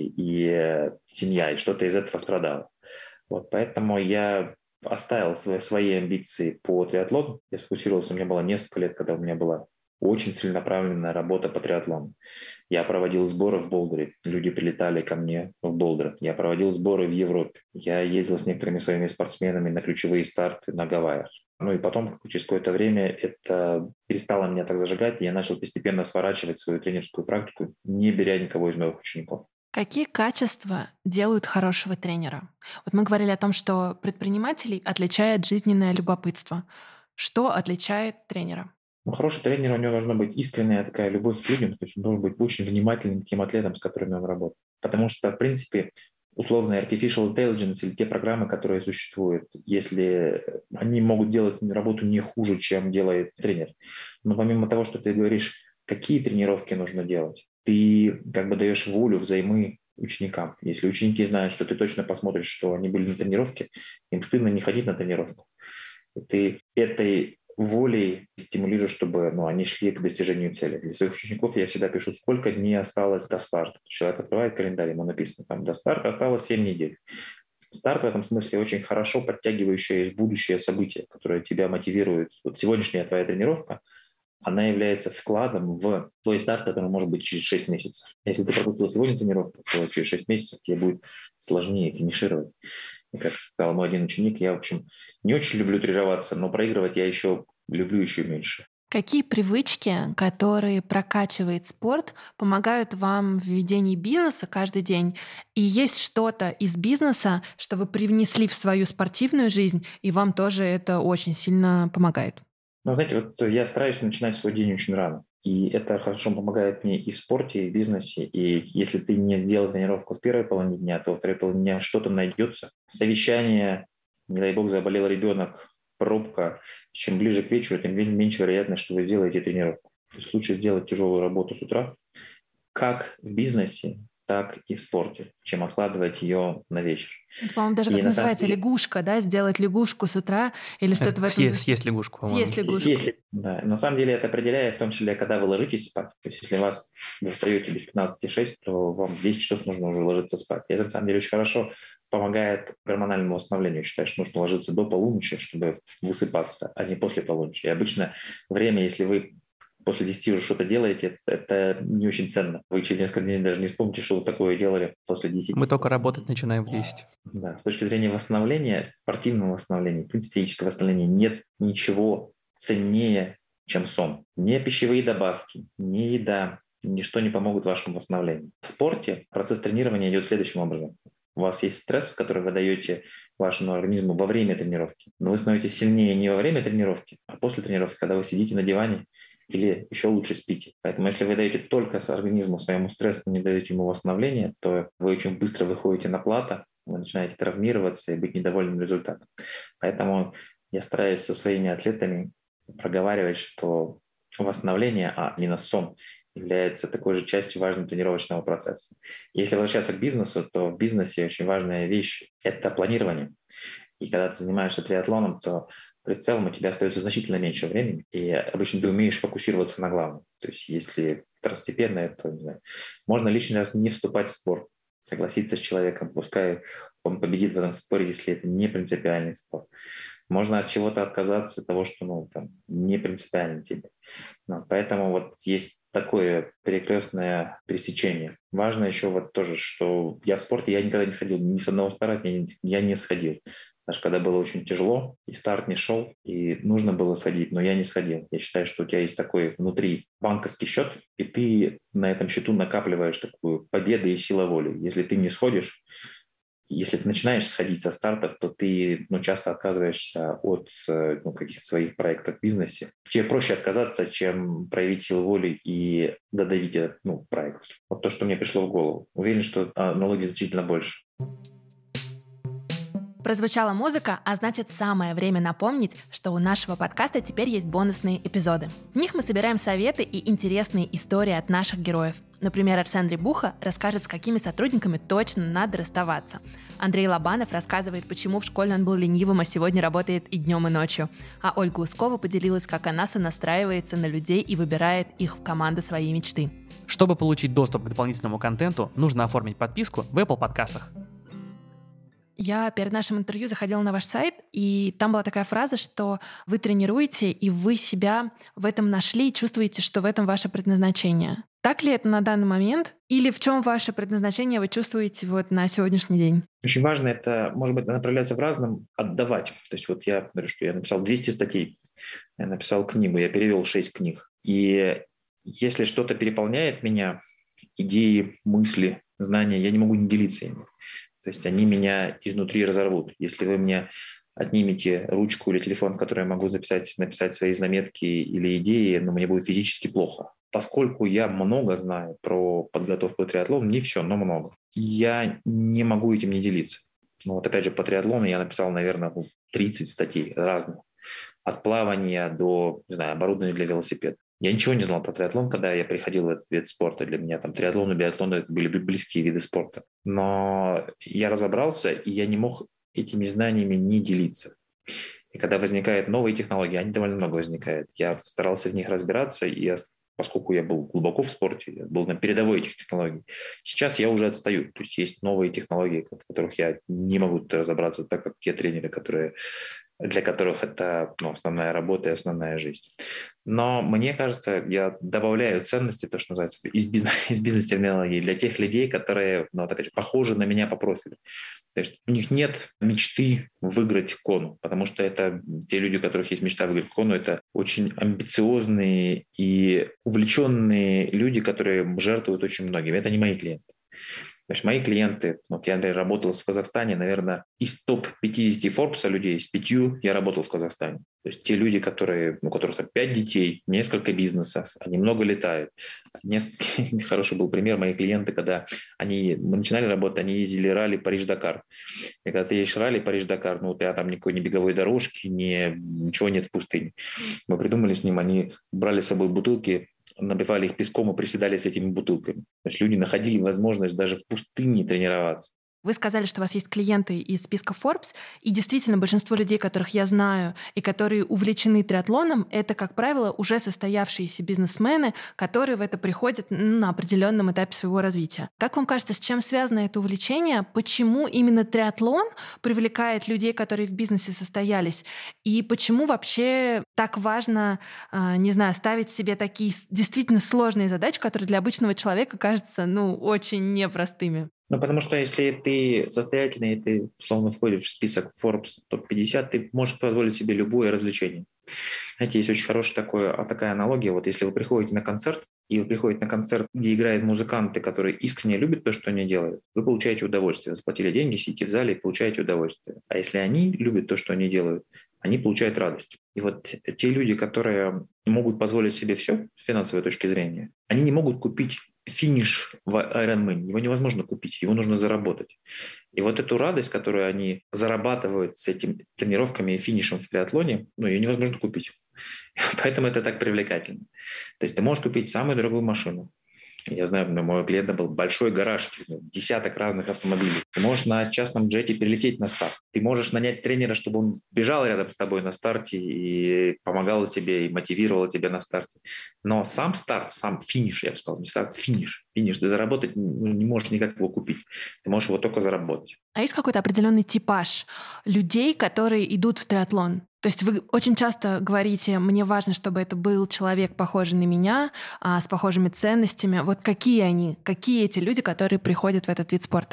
Speaker 3: и семья, и что-то из этого страдало. Вот, поэтому я оставил свои амбиции по триатлону. Я сфокусировался, у меня было несколько лет, когда у меня была очень целенаправленная работа по триатлону. Я проводил сборы в Болдере. Люди прилетали ко мне в Болдер. Я проводил сборы в Европе. Я ездил с некоторыми своими спортсменами на ключевые старты на Гавайях. И потом, через какое-то время, это перестало меня так зажигать, и я начал постепенно сворачивать свою тренерскую практику, не беря никого из моих учеников.
Speaker 2: Какие качества делают хорошего тренера? Вот мы говорили о том, что предпринимателей отличает жизненное любопытство. Что отличает тренера?
Speaker 3: Хороший тренер, у него должна быть искренняя такая любовь к людям, то есть он должен быть очень внимательным к тем атлетам, с которыми он работает. Потому что, в принципе, условно artificial intelligence или те программы, которые существуют, если они могут делать работу не хуже, чем делает тренер. Но помимо того, что ты говоришь, какие тренировки нужно делать, ты даешь волю взаймы ученикам. Если ученики знают, что ты точно посмотришь, что они были на тренировке, им стыдно не ходить на тренировку. И ты этой волей стимулирую, чтобы они шли к достижению цели. Для своих учеников я всегда пишу, сколько дней осталось до старта. Человек открывает календарь, ему написано, до старта осталось 7 недель. Старт в этом смысле очень хорошо подтягивающее из будущее событие, которое тебя мотивирует. Вот сегодняшняя твоя тренировка, она является вкладом в твой старт, который может быть через 6 месяцев. Если ты пропустил сегодня тренировку, то через 6 месяцев тебе будет сложнее финишировать. И как сказал мой один ученик, я, в общем, не очень люблю тренироваться, но проигрывать я люблю еще меньше.
Speaker 2: Какие привычки, которые прокачивает спорт, помогают вам в ведении бизнеса каждый день? И есть что-то из бизнеса, что вы привнесли в свою спортивную жизнь, и вам тоже это очень сильно помогает?
Speaker 3: Знаете, я стараюсь начинать свой день очень рано. И это хорошо помогает мне и в спорте, и в бизнесе. И если ты не сделал тренировку в первой половине дня, то во второй половине дня что-то найдется. Совещание, не дай бог, заболел ребенок, пробка. Чем ближе к вечеру, тем меньше вероятность, что вы сделаете тренировку. То есть лучше сделать тяжелую работу с утра, как в бизнесе, так и в спорте, чем откладывать ее на вечер.
Speaker 2: Это, по-моему, даже как называется лягушка, да? Сделать лягушку с утра или что-то в этом.
Speaker 1: Съесть лягушку, по-моему.
Speaker 2: Съесть лягушку.
Speaker 3: Да. На самом деле это определяет в том числе, когда вы ложитесь спать. То есть если вы встаете без 15-6, то вам в 10 часов нужно уже ложиться спать. И это на самом деле очень хорошо помогает гормональному восстановлению. Считаю, что нужно ложиться до полуночи, чтобы высыпаться, а не после полуночи. И обычно время, если вы после 10 уже что-то делаете, это не очень ценно. Вы через несколько дней даже не вспомните, что вы такое делали после 10.
Speaker 1: Мы только работать начинаем в 10.
Speaker 3: Да, с точки зрения восстановления, спортивного восстановления, в принципе, физического восстановления, нет ничего ценнее, чем сон. Не пищевые добавки, не еда, ничто не помогут вашему восстановлению. В спорте процесс тренирования идет следующим образом. У вас есть стресс, который вы даете вашему организму во время тренировки. Но вы становитесь сильнее не во время тренировки, а после тренировки, когда вы сидите на диване или еще лучше спите. Поэтому если вы даете только организму своему стресс, но не даете ему восстановления, то вы очень быстро выходите на плато, вы начинаете травмироваться и быть недовольным результатом. Поэтому я стараюсь со своими атлетами проговаривать, что восстановление, а именно сон, является такой же частью важного тренировочного процесса. Если возвращаться к бизнесу, то в бизнесе очень важная вещь – это планирование. И когда ты занимаешься триатлоном, то при целом у тебя остается значительно меньше времени, и обычно ты умеешь фокусироваться на главном. То есть если второстепенное, то, не знаю, можно лишний раз не вступать в спор, согласиться с человеком, пускай он победит в этом споре, если это не принципиальный спор. Можно от чего-то отказаться, от того, что не принципиально тебе. Поэтому есть такое перекрестное пересечение. Важно еще тоже, что я в спорте, я никогда не сходил, ни с одного старта я не сходил. Даже когда было очень тяжело, и старт не шел, и нужно было сходить, но я не сходил. Я считаю, что у тебя есть такой внутри банковский счет, и ты на этом счету накапливаешь такую победу и силу воли. Если ты не сходишь, если ты начинаешь сходить со стартов, то ты часто отказываешься от каких-то своих проектов в бизнесе. Тебе проще отказаться, чем проявить силу воли и додавить этот проект. Вот то, что мне пришло в голову. Уверен, что аналогий значительно больше.
Speaker 2: Прозвучала музыка, а значит, самое время напомнить, что у нашего подкаста теперь есть бонусные эпизоды. В них мы собираем советы и интересные истории от наших героев. Например, Арсен Рябуха расскажет, с какими сотрудниками точно надо расставаться. Андрей Лобанов рассказывает, почему в школе он был ленивым, а сегодня работает и днем, и ночью. А Ольга Ускова поделилась, как она сонастраивается на людей и выбирает их в команду своей мечты.
Speaker 1: Чтобы получить доступ к дополнительному контенту, нужно оформить подписку в Apple подкастах.
Speaker 2: Я перед нашим интервью заходила на ваш сайт, и там была такая фраза, что вы тренируете, и вы себя в этом нашли, и чувствуете, что в этом ваше предназначение. Так ли это на данный момент? Или в чем ваше предназначение вы чувствуете на сегодняшний день?
Speaker 3: Очень важно это, может быть, направляться в разном, отдавать. То есть я говорю, что я написал 200 статей, я написал книгу, я перевел 6 книг. И если что-то переполняет меня, идеи, мысли, знания, я не могу не делиться ими. То есть они меня изнутри разорвут. Если вы мне отнимете ручку или телефон, в который я могу написать свои заметки или идеи, но мне будет физически плохо. Поскольку я много знаю про подготовку к триатлону, не все, но много, я не могу этим не делиться. Опять же, по триатлону я написал, наверное, 30 статей разных. От плавания до, оборудования для велосипеда. Я ничего не знал про триатлон, когда я приходил в этот вид спорта. Для меня триатлон и биатлон были близкие виды спорта. Но я разобрался, и я не мог этими знаниями не делиться. И когда возникают новые технологии, они довольно много возникают. Я старался в них разбираться, и поскольку я был глубоко в спорте, я был на передовой этих технологий, сейчас я уже отстаю. То есть есть новые технологии, в которых я не могу разобраться, так как те тренеры, для которых это основная работа и основная жизнь. Но мне кажется, я добавляю ценности, то, что называется, из бизнес-терминологии для тех людей, которые, опять же, похожи на меня по профилю. То есть у них нет мечты выиграть Кону, потому что это те люди, у которых есть мечта выиграть Кону, это очень амбициозные и увлеченные люди, которые жертвуют очень многим. Это не мои клиенты. То есть мои клиенты, я, например, работал в Казахстане, наверное, из топ-50 Forbes людей, с 5 я работал в Казахстане. То есть те люди, у которых 5 детей, несколько бизнесов, они много летают. Хороший был пример, мои клиенты, когда мы начинали работать, они ездили ралли Париж-Дакар. И когда ты едешь ралли Париж-Дакар, у тебя там никакой ни беговой дорожки, ничего нет в пустыне. Мы придумали с ним, они брали с собой бутылки, набивали их песком и приседали с этими бутылками. То есть люди находили возможность даже в пустыне тренироваться.
Speaker 2: Вы сказали, что у вас есть клиенты из списка Forbes, и действительно большинство людей, которых я знаю и которые увлечены триатлоном, это, как правило, уже состоявшиеся бизнесмены, которые в это приходят на определенном этапе своего развития. Как вам кажется, с чем связано это увлечение? Почему именно триатлон привлекает людей, которые в бизнесе состоялись? И почему вообще так важно, ставить себе такие действительно сложные задачи, которые для обычного человека кажутся, очень непростыми?
Speaker 3: Потому что если ты состоятельный, и ты, условно, входишь в список Forbes топ-50, ты можешь позволить себе любое развлечение. Знаете, есть очень хорошая такая аналогия. Если вы приходите на концерт, и вы приходите на концерт, где играют музыканты, которые искренне любят то, что они делают, вы получаете удовольствие. Вы заплатили деньги, сидите в зале и получаете удовольствие. А если они любят то, что они делают, они получают радость. И те люди, которые могут позволить себе все с финансовой точки зрения, они не могут купить финиш в Ironman. Его невозможно купить, его нужно заработать. И эту радость, которую они зарабатывают с этими тренировками и финишем в триатлоне, ее невозможно купить. Поэтому это так привлекательно. То есть ты можешь купить самую дорогую машину. Я знаю, у моего клиента был большой гараж, десяток разных автомобилей. Ты можешь на частном джете перелететь на старт. Ты можешь нанять тренера, чтобы он бежал рядом с тобой на старте и помогал тебе, и мотивировал тебя на старте. Но сам старт, сам финиш, я бы сказал, не старт, финиш. Финиш ты заработать не можешь никак его купить. Ты можешь его только заработать.
Speaker 2: А есть какой-то определенный типаж людей, которые идут в триатлон? То есть вы очень часто говорите, мне важно, чтобы это был человек, похожий на меня, с похожими ценностями. Какие они? Какие эти люди, которые приходят в этот вид спорта?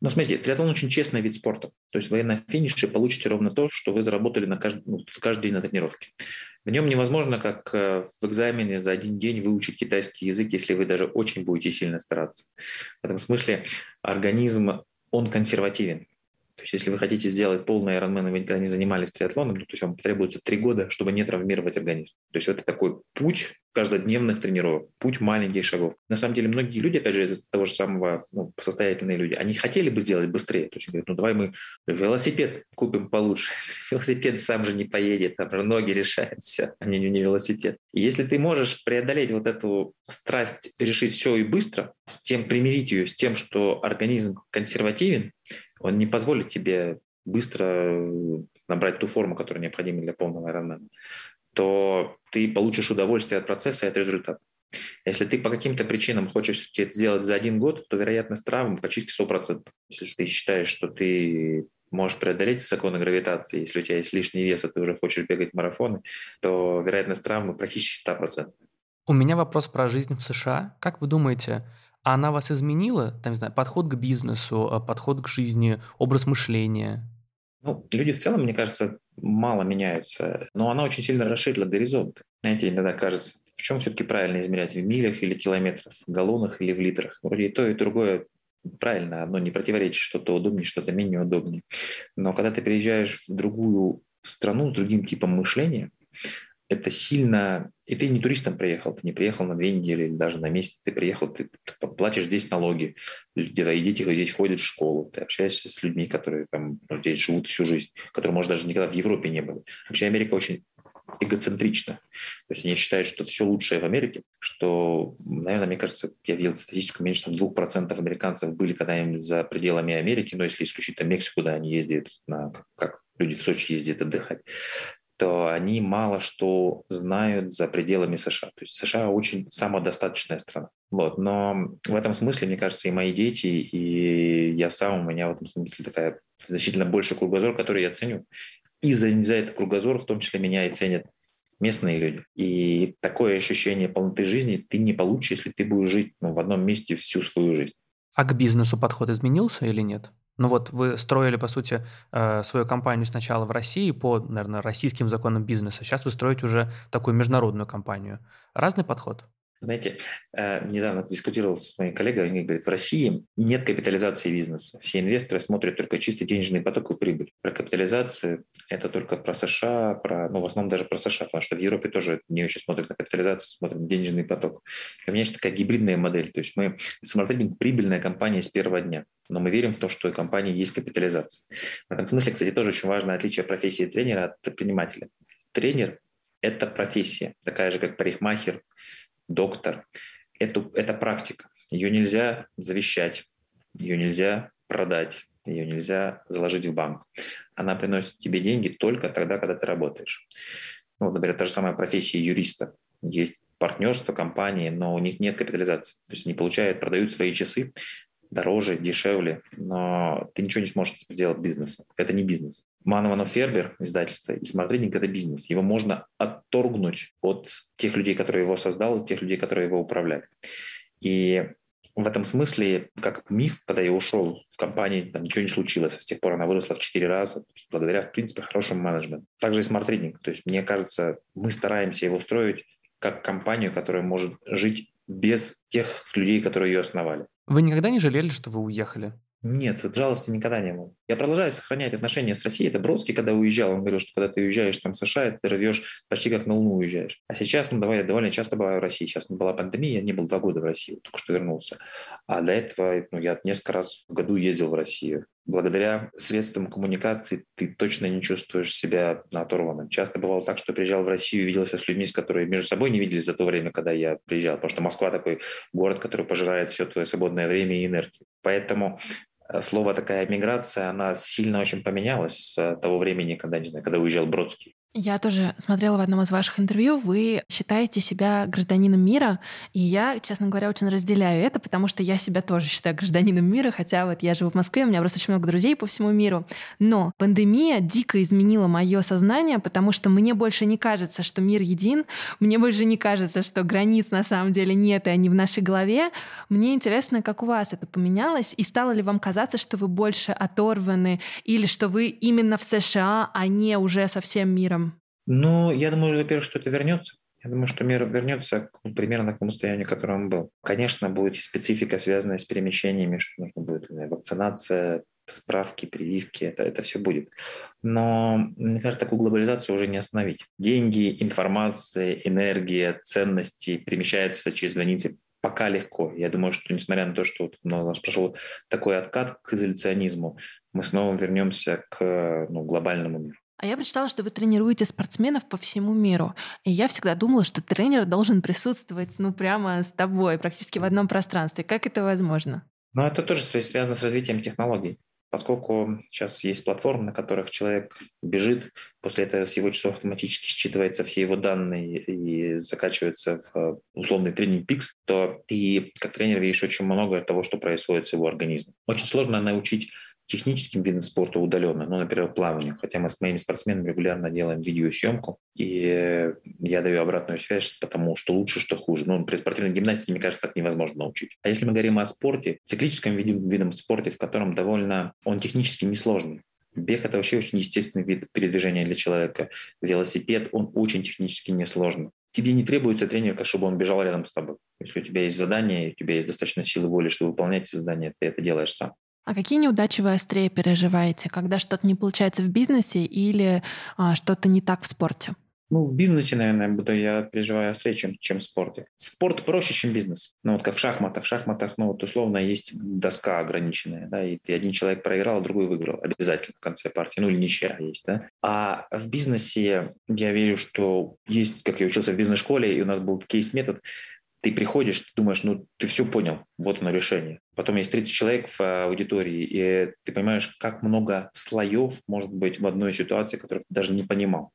Speaker 3: Но смотрите, триатлон очень честный вид спорта. То есть вы на финише получите ровно то, что вы заработали на каждый день на тренировке. В нем невозможно, как в экзамене, за один день выучить китайский язык, если вы даже очень будете сильно стараться. В этом смысле организм, он консервативен. То есть если вы хотите сделать полный Ironman, и вы никогда не занимались триатлоном, то есть вам потребуется 3 года, чтобы не травмировать организм. То есть это такой путь каждодневных тренировок, путь маленьких шагов. На самом деле многие люди, опять же, из того же самого, состоятельные люди, они хотели бы сделать быстрее. То есть говорят, давай мы велосипед купим получше. Велосипед сам же не поедет, там же ноги решают все, а не велосипед. И если ты можешь преодолеть вот эту страсть решить все и быстро, примирить ее с тем, что организм консервативен, он не позволит тебе быстро набрать ту форму, которая необходима для полного Ironman, то ты получишь удовольствие от процесса и от результата. Если ты по каким-то причинам хочешь это сделать за 1 год, то вероятность травм почти 100%. Если ты считаешь, что ты можешь преодолеть законы гравитации, если у тебя есть лишний вес, и ты уже хочешь бегать марафоны, то вероятность травмы практически 100%.
Speaker 1: У меня вопрос про жизнь в США. Как вы думаете, она вас изменила? Там, не знаю, подход к бизнесу, подход к жизни, образ мышления?
Speaker 3: Люди в целом, мне кажется, мало меняются, но она очень сильно расширила горизонт. Знаете, иногда кажется, в чем все-таки правильно измерять, в милях или километрах, в галлонах или в литрах. Вроде и то, и другое правильно, одно не противоречит, что-то удобнее, что-то менее удобнее. Но когда ты приезжаешь в другую страну с другим типом мышления, это сильно... И ты не туристом приехал, ты не приехал на 2 недели или даже на месяц, ты приехал, ты платишь здесь налоги, где-то дети здесь ходят в школу, ты общаешься с людьми, которые там здесь живут всю жизнь, которые, может, даже никогда в Европе не были. Вообще Америка очень эгоцентрична. То есть они считают, что все лучшее в Америке, что, наверное, мне кажется, я видел статистику, меньше 2% американцев были когда-нибудь за пределами Америки, но если исключить там Мексику, куда они ездят, как люди в Сочи ездят отдыхать, то они мало что знают за пределами США. То есть США очень самодостаточная страна. Но в этом смысле, мне кажется, и мои дети, и я сам, у меня в этом смысле такая значительно больше кругозор, который я ценю. И за этот кругозор в том числе меня и ценят местные люди. И такое ощущение полноты жизни ты не получишь, если ты будешь жить в одном месте всю свою жизнь.
Speaker 1: А к бизнесу подход изменился или нет? Вы строили, по сути, свою компанию сначала в России по, наверное, российским законам бизнеса. Сейчас вы строите уже такую международную компанию. Разный подход?
Speaker 3: Знаете, недавно дискутировал с моим коллегой, они говорят, в России нет капитализации бизнеса. Все инвесторы смотрят только чистый денежный поток и прибыль. Про капитализацию это только про США, в основном даже про США, потому что в Европе тоже не очень смотрят на капитализацию, смотрят на денежный поток. И у меня есть такая гибридная модель. То есть мы самотрейдинг прибыльная компания с первого дня, но мы верим в то, что у компании есть капитализация. В этом смысле, кстати, тоже очень важное отличие профессии тренера от предпринимателя. Тренер – это профессия, такая же, как парикмахер, доктор. Это практика. Ее нельзя завещать, ее нельзя продать, ее нельзя заложить в банк. Она приносит тебе деньги только тогда, когда ты работаешь. Например, та же самая профессия юриста. Есть партнерство компании, но у них нет капитализации. То есть они продают свои часы дороже, дешевле, но ты ничего не сможешь сделать бизнесом. Это не бизнес. Манованов Фербер, издательство, и смотринг – это бизнес. Его можно отторгнуть от тех людей, которые его создал, от тех людей, которые его управляли. И в этом смысле, как миф, когда я ушел в компании, там ничего не случилось. С тех пор она выросла в 4 раза, благодаря, в принципе, хорошему менеджменту. Также и смарт-трейдинг. То есть, мне кажется, мы стараемся его строить как компанию, которая может жить без тех людей, которые ее основали.
Speaker 1: Вы никогда не жалели, что вы уехали?
Speaker 3: Нет, жалости никогда не было. Я продолжаю сохранять отношения с Россией. Это Бродский, когда уезжал, он говорил, что когда ты уезжаешь в США, ты рвешь почти как на Луну уезжаешь. А сейчас, я довольно часто бываю в России. Сейчас была пандемия, я не был 2 года в России, только что вернулся. А до этого я несколько раз в году ездил в Россию. Благодаря средствам коммуникации ты точно не чувствуешь себя оторванным. Часто бывало так, что приезжал в Россию и виделся с людьми, с которыми между собой не виделись за то время, когда я приезжал. Потому что Москва такой город, который пожирает все твое свободное время и энергию. Поэтому слово такая миграция, она сильно очень поменялась с того времени, когда уезжал Бродский.
Speaker 2: Я тоже смотрела в одном из ваших интервью, вы считаете себя гражданином мира, и я, честно говоря, очень разделяю это, потому что я себя тоже считаю гражданином мира, хотя вот я живу в Москве, у меня просто очень много друзей по всему миру. Но пандемия дико изменила мое сознание, потому что мне больше не кажется, что мир един, мне больше не кажется, что границ на самом деле нет, и они в нашей голове. Мне интересно, как у вас это поменялось, и стало ли вам казаться, что вы больше оторваны, или что вы именно в США, а не уже со всем миром?
Speaker 3: Ну, я думаю, во-первых, что это вернется. Я думаю, что мир вернется примерно к тому состоянию, в котором он был. Конечно, будет специфика, связанная с перемещениями, что нужно будет вакцинация, справки, прививки, это все будет. Но, мне кажется, такую глобализацию уже не остановить. Деньги, информация, энергия, ценности перемещаются через границы пока легко. Я думаю, что несмотря на то, что у нас прошел такой откат к изоляционизму, мы снова вернемся к глобальному миру.
Speaker 2: А я прочитала, что вы тренируете спортсменов по всему миру. И я всегда думала, что тренер должен присутствовать, прямо с тобой, практически в одном пространстве. Как это возможно?
Speaker 3: Но это тоже связано с развитием технологий. Поскольку сейчас есть платформы, на которых человек бежит, после этого с его часов автоматически считываются все его данные и закачиваются в условный тренинг пикс, то ты как тренер видишь очень много того, что происходит с его организмом. Очень сложно научить техническим видам спорта удаленно, например, плаванию. Хотя мы с моими спортсменами регулярно делаем видеосъемку, и я даю обратную связь, потому что лучше, что хуже. При спортивной гимнастике, мне кажется, так невозможно научить. А если мы говорим о спорте, циклическом виде спорта, в котором он технически несложный. Бег – это вообще очень естественный вид передвижения для человека. Велосипед, он очень технически несложный. Тебе не требуется тренер, чтобы он бежал рядом с тобой. Если у тебя есть задание, у тебя есть достаточно силы воли, чтобы выполнять задание, ты это делаешь сам.
Speaker 2: А какие неудачи вы острее переживаете, когда что-то не получается в бизнесе или что-то не так в спорте?
Speaker 3: В бизнесе, наверное, я переживаю острее, чем в спорте. Спорт проще, чем бизнес. Как в шахматах. В шахматах, условно, есть доска ограниченная, да, и один человек проиграл, а другой выиграл обязательно в конце партии, или ничья есть, да. А в бизнесе я верю, что есть, как я учился в бизнес-школе, и у нас был кейс-метод. Ты приходишь, ты думаешь, ты все понял, вот оно решение. Потом есть 30 человек в аудитории, и ты понимаешь, как много слоев может быть в одной ситуации, которую ты даже не понимал.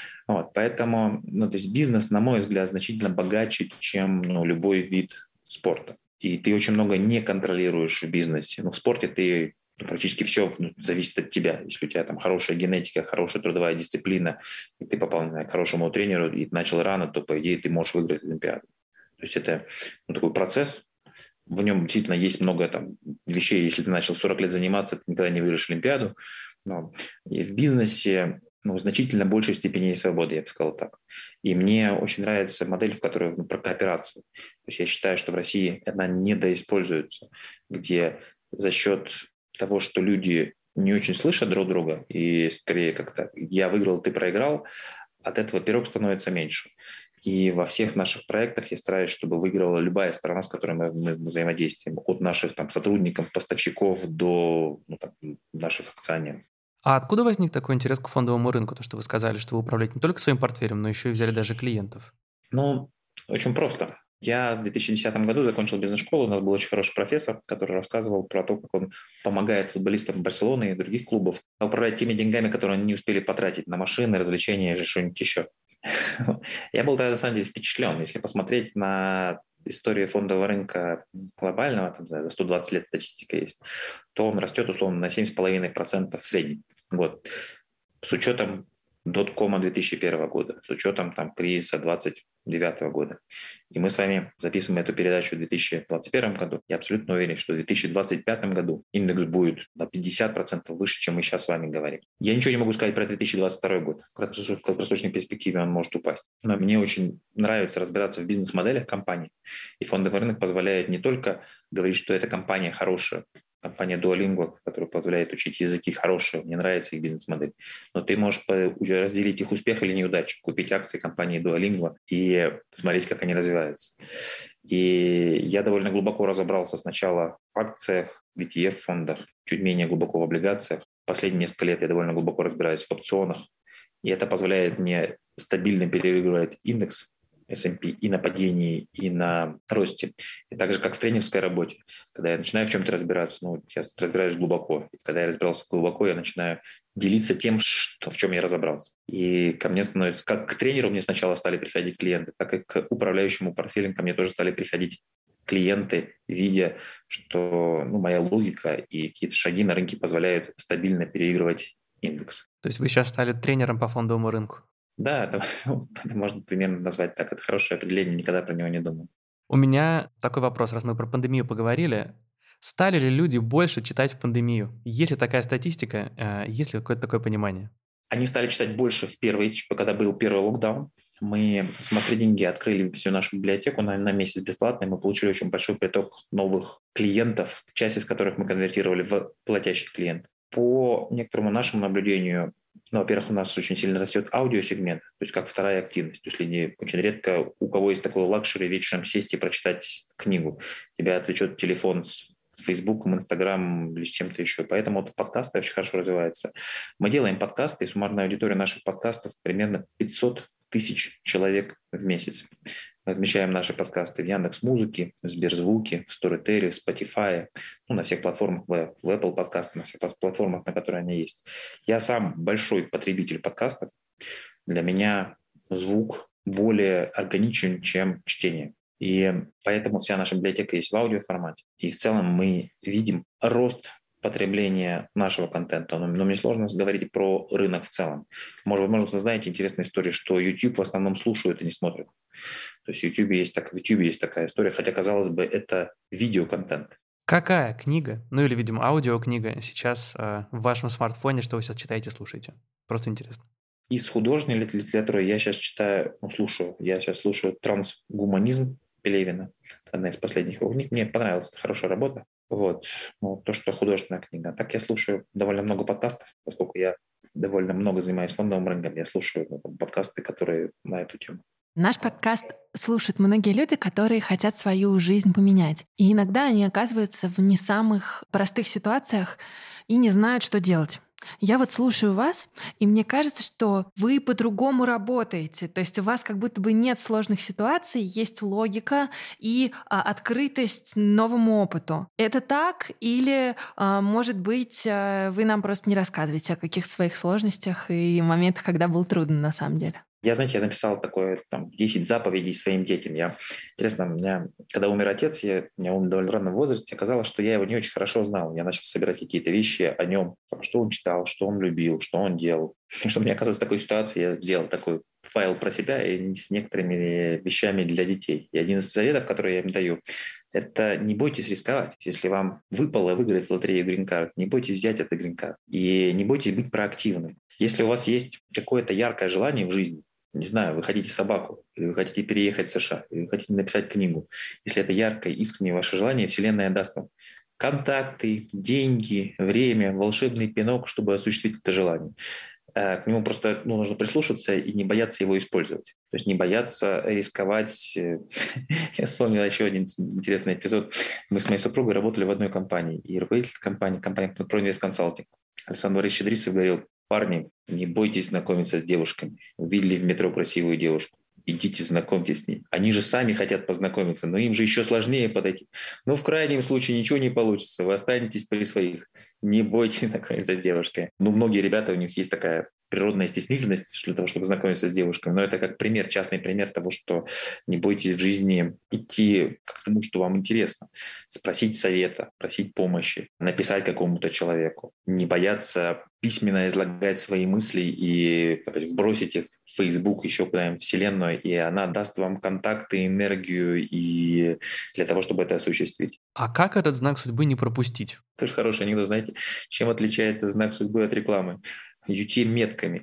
Speaker 3: Поэтому то есть бизнес, на мой взгляд, значительно богаче, чем любой вид спорта. И ты очень много не контролируешь в бизнесе. В спорте ты практически все зависит от тебя. Если у тебя там хорошая генетика, хорошая трудовая дисциплина, и ты попал, не знаю, к хорошему тренеру и начал рано, то, по идее, ты можешь выиграть Олимпиаду. То есть это такой процесс, в нем действительно есть много вещей. Если ты начал 40 лет заниматься, ты никогда не выиграешь Олимпиаду. И в бизнесе значительно большей степени есть свободы, я бы сказал так. И мне очень нравится модель, в которой про кооперацию. То есть я считаю, что в России она недоиспользуется, где за счет того, что люди не очень слышат друг друга, и скорее как-то «я выиграл, ты проиграл», от этого пирог становится меньше. И во всех наших проектах я стараюсь, чтобы выиграла любая сторона, с которой мы взаимодействуем. От наших сотрудников, поставщиков до наших акционеров.
Speaker 1: А откуда возник такой интерес к фондовому рынку? То, что вы сказали, что вы управляете не только своим портфелем, но еще и взяли даже клиентов.
Speaker 3: Очень просто. Я в 2010 году закончил бизнес-школу, у нас был очень хороший профессор, который рассказывал про то, как он помогает футболистам Барселоны и других клубов управлять теми деньгами, которые они не успели потратить на машины, развлечения или что-нибудь еще. Я был тогда, на самом деле, впечатлен. Если посмотреть на историю фондового рынка глобального, за 120 лет статистика есть, то он растет, условно, на 7,5% в среднем год. С учетом доткома 2001 года, с учетом кризиса 2029 года. И мы с вами записываем эту передачу в 2021 году. Я абсолютно уверен, что в 2025 году индекс будет на 50% выше, чем мы сейчас с вами говорим. Я ничего не могу сказать про 2022 год. В краткосрочной перспективе он может упасть. Но мне очень нравится разбираться в бизнес-моделях компаний. И фондовый рынок позволяет не только говорить, что эта компания хорошая, компания Duolingo, которая позволяет учить языки хорошие, мне нравится их бизнес-модель. Но ты можешь уже разделить их успех или неудачу, купить акции компании Duolingo и смотреть, как они развиваются. И я довольно глубоко разобрался сначала в акциях, в ETF-фондах, чуть менее глубоко в облигациях. Последние несколько лет я довольно глубоко разбираюсь в опционах. И это позволяет мне стабильно переигрывать индекс S&P и на падении, и на росте. И так же, как в тренерской работе. Когда я начинаю в чем-то разбираться, я разбираюсь глубоко. И когда я разбирался глубоко, я начинаю делиться тем, в чем я разобрался. И ко мне становится, как к тренеру мне сначала стали приходить клиенты, так и к управляющему портфелем ко мне тоже стали приходить клиенты, видя, что моя логика и какие-то шаги на рынке позволяют стабильно переигрывать индекс.
Speaker 1: То есть вы сейчас стали тренером по фондовому рынку?
Speaker 3: Да, это можно примерно назвать так. Это хорошее определение, никогда про него не думал.
Speaker 1: У меня такой вопрос, раз мы про пандемию поговорили. Стали ли люди больше читать в пандемию? Есть ли такая статистика? Есть ли какое-то такое понимание?
Speaker 3: Они стали читать больше когда был первый локдаун. Мы с Маркетинги открыли всю нашу библиотеку на месяц бесплатно, и мы получили очень большой приток новых клиентов, часть из которых мы конвертировали в платящих клиентов. По некоторому нашему наблюдению, во-первых, у нас очень сильно растет аудиосегмент, то есть как вторая активность. То есть очень редко у кого есть такой лакшери вечером сесть и прочитать книгу. Тебя отвлечет телефон с Фейсбуком, Инстаграмом или с чем-то еще. Поэтому подкасты очень хорошо развиваются. Мы делаем подкасты, и суммарная аудитория наших подкастов примерно 500 тысяч человек в месяц. Мы отмечаем наши подкасты в Яндекс.Музыке, в Сберзвуке, в Storytel, в Spotify, на всех платформах, в Apple подкасты, на всех платформах, на которые они есть. Я сам большой потребитель подкастов. Для меня звук более органичен, чем чтение. И поэтому вся наша библиотека есть в аудиоформате. И в целом мы видим рост потребления нашего контента. Но мне сложно говорить про рынок в целом. Может, вы знаете интересную историю, что YouTube в основном слушают и не смотрят. То есть в YouTube есть такая история, хотя, казалось бы, это видеоконтент.
Speaker 1: Какая книга, или, видимо, аудиокнига сейчас в вашем смартфоне, что вы сейчас читаете, слушаете? Просто интересно.
Speaker 3: Из художественной литературы я сейчас слушаю. Я сейчас слушаю «Трансгуманизм» Пелевина. Одна из последних его книг. Мне понравилась, это хорошая работа. То, что художественная книга. Так я слушаю довольно много подкастов, поскольку я довольно много занимаюсь фондовым рынком. Я слушаю подкасты, которые на эту тему.
Speaker 2: Наш подкаст слушают многие люди, которые хотят свою жизнь поменять. И иногда они оказываются в не самых простых ситуациях и не знают, что делать. Я слушаю вас, и мне кажется, что вы по-другому работаете. То есть у вас как будто бы нет сложных ситуаций, есть логика и открытость новому опыту. Это так? Или, может быть, вы нам просто не рассказываете о каких-то своих сложностях и моментах, когда было трудно на самом деле?
Speaker 3: Я написал 10 заповедей своим детям. Интересно, у меня, когда умер отец, мне он в довольно раннем возрасте, оказалось, что я его не очень хорошо знал. Я начал собирать какие-то вещи о нем, что он читал, что он любил, что он делал. И чтобы не оказаться в такой ситуации, я сделал такой файл про себя и с некоторыми вещами для детей. И один из советов, который я им даю, это не бойтесь рисковать. Если вам выпало выиграть в лотерею грин-карт, не бойтесь взять этот грин-карт. И не бойтесь быть проактивным. Если у вас есть какое-то яркое желание в жизни, не знаю, вы хотите собаку, или вы хотите переехать в США, или вы хотите написать книгу. Если это яркое, искреннее ваше желание, Вселенная даст вам контакты, деньги, время, волшебный пинок, чтобы осуществить это желание. К нему просто нужно прислушаться и не бояться его использовать. То есть не бояться рисковать. Я вспомнил еще один интересный эпизод. Мы с моей супругой работали в одной компании, и руководитель компания ProInvest Consulting, Александр Борисович Идрисов, говорил: парни, не бойтесь знакомиться с девушками. Увидели в метро красивую девушку, идите знакомьтесь с ней. Они же сами хотят познакомиться, но им же еще сложнее подойти. В крайнем случае ничего не получится, вы останетесь при своих. Не бойтесь знакомиться с девушкой. Многие ребята, у них есть такая природная стеснительность для того, чтобы знакомиться с девушками. Но это как пример, частный пример того, что не бойтесь в жизни идти к тому, что вам интересно. Спросить совета, просить помощи, написать какому-то человеку. Не бояться письменно излагать свои мысли и сбросить их в Facebook, еще куда-нибудь в Вселенную, и она даст вам контакты, энергию и для того, чтобы это осуществить.
Speaker 1: А как этот знак судьбы не пропустить?
Speaker 3: Тоже хороший анекдот, знаете, чем отличается знак судьбы от рекламы? UT-метками.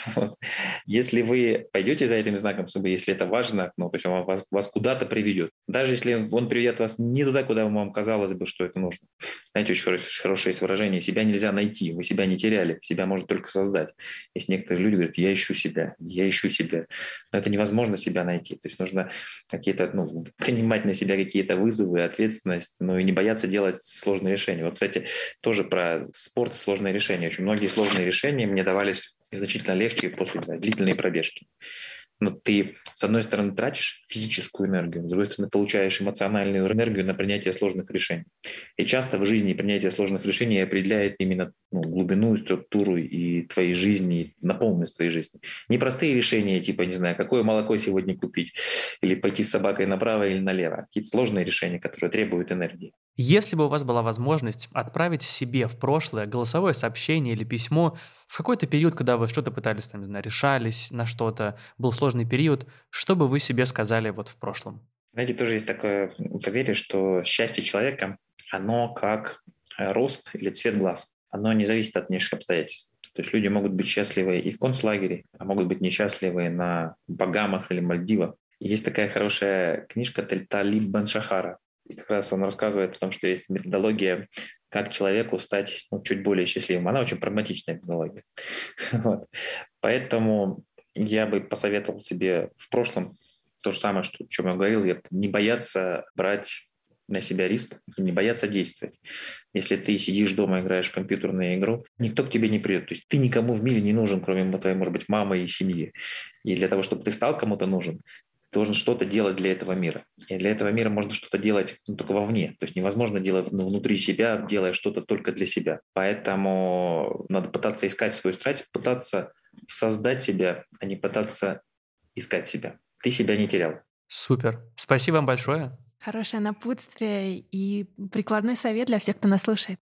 Speaker 3: Если вы пойдете за этим знаком судьбы, если это ваш знак, то есть он вас куда-то приведет. Даже если он приведет вас не туда, куда вам казалось бы, что это нужно. Знаете, очень хорошее есть выражение: себя нельзя найти, вы себя не теряли, себя можно только создать. Есть некоторые люди говорят: я ищу себя. Но это невозможно себя найти. То есть нужно принимать на себя какие-то вызовы, ответственность, и не бояться делать сложные решения. Кстати, тоже про спорт, сложные решения. Очень многие сложные решения мне давались значительно легче после длительной пробежки. но ты, с одной стороны, тратишь физическую энергию, с другой стороны, получаешь эмоциональную энергию на принятие сложных решений. И часто в жизни принятие сложных решений определяет именно глубину, структуру и твоей жизни, и наполненность твоей жизни. Непростые решения, типа, не знаю, какое молоко сегодня купить, или пойти с собакой направо или налево. Какие-то сложные решения, которые требуют энергии.
Speaker 1: Если бы у вас была возможность отправить себе в прошлое голосовое сообщение или письмо в какой-то период, когда вы что-то пытались, там, не знаю, решались на что-то, был сложный период, что бы вы себе сказали вот в прошлом?
Speaker 3: Знаете, тоже есть такое поверье, что счастье человека, оно как рост или цвет глаз. Оно не зависит от внешних обстоятельств. То есть люди могут быть счастливы и в концлагере, а могут быть несчастливы на Багамах или Мальдивах. И есть такая хорошая книжка Талиб Бен-Шахара. И как раз он рассказывает о том, что есть методология, как человеку стать чуть более счастливым. Она очень прагматичная методология. Вот. Поэтому я бы посоветовал себе в прошлом то же самое, о чем я говорил, не бояться брать на себя риск, не бояться действовать. Если ты сидишь дома, играешь в компьютерную игру, никто к тебе не придет. То есть ты никому в мире не нужен, кроме твоей, может быть, мамы и семьи. И для того, чтобы ты стал кому-то нужен, ты должен что-то делать для этого мира. И для этого мира можно что-то делать только вовне. То есть невозможно делать внутри себя, делая что-то только для себя. Поэтому надо пытаться искать свою страсть, пытаться создать себя, а не пытаться искать себя. Ты себя не терял.
Speaker 1: Супер. Спасибо вам большое.
Speaker 2: Хорошее напутствие и прикладной совет для всех, кто нас слушает.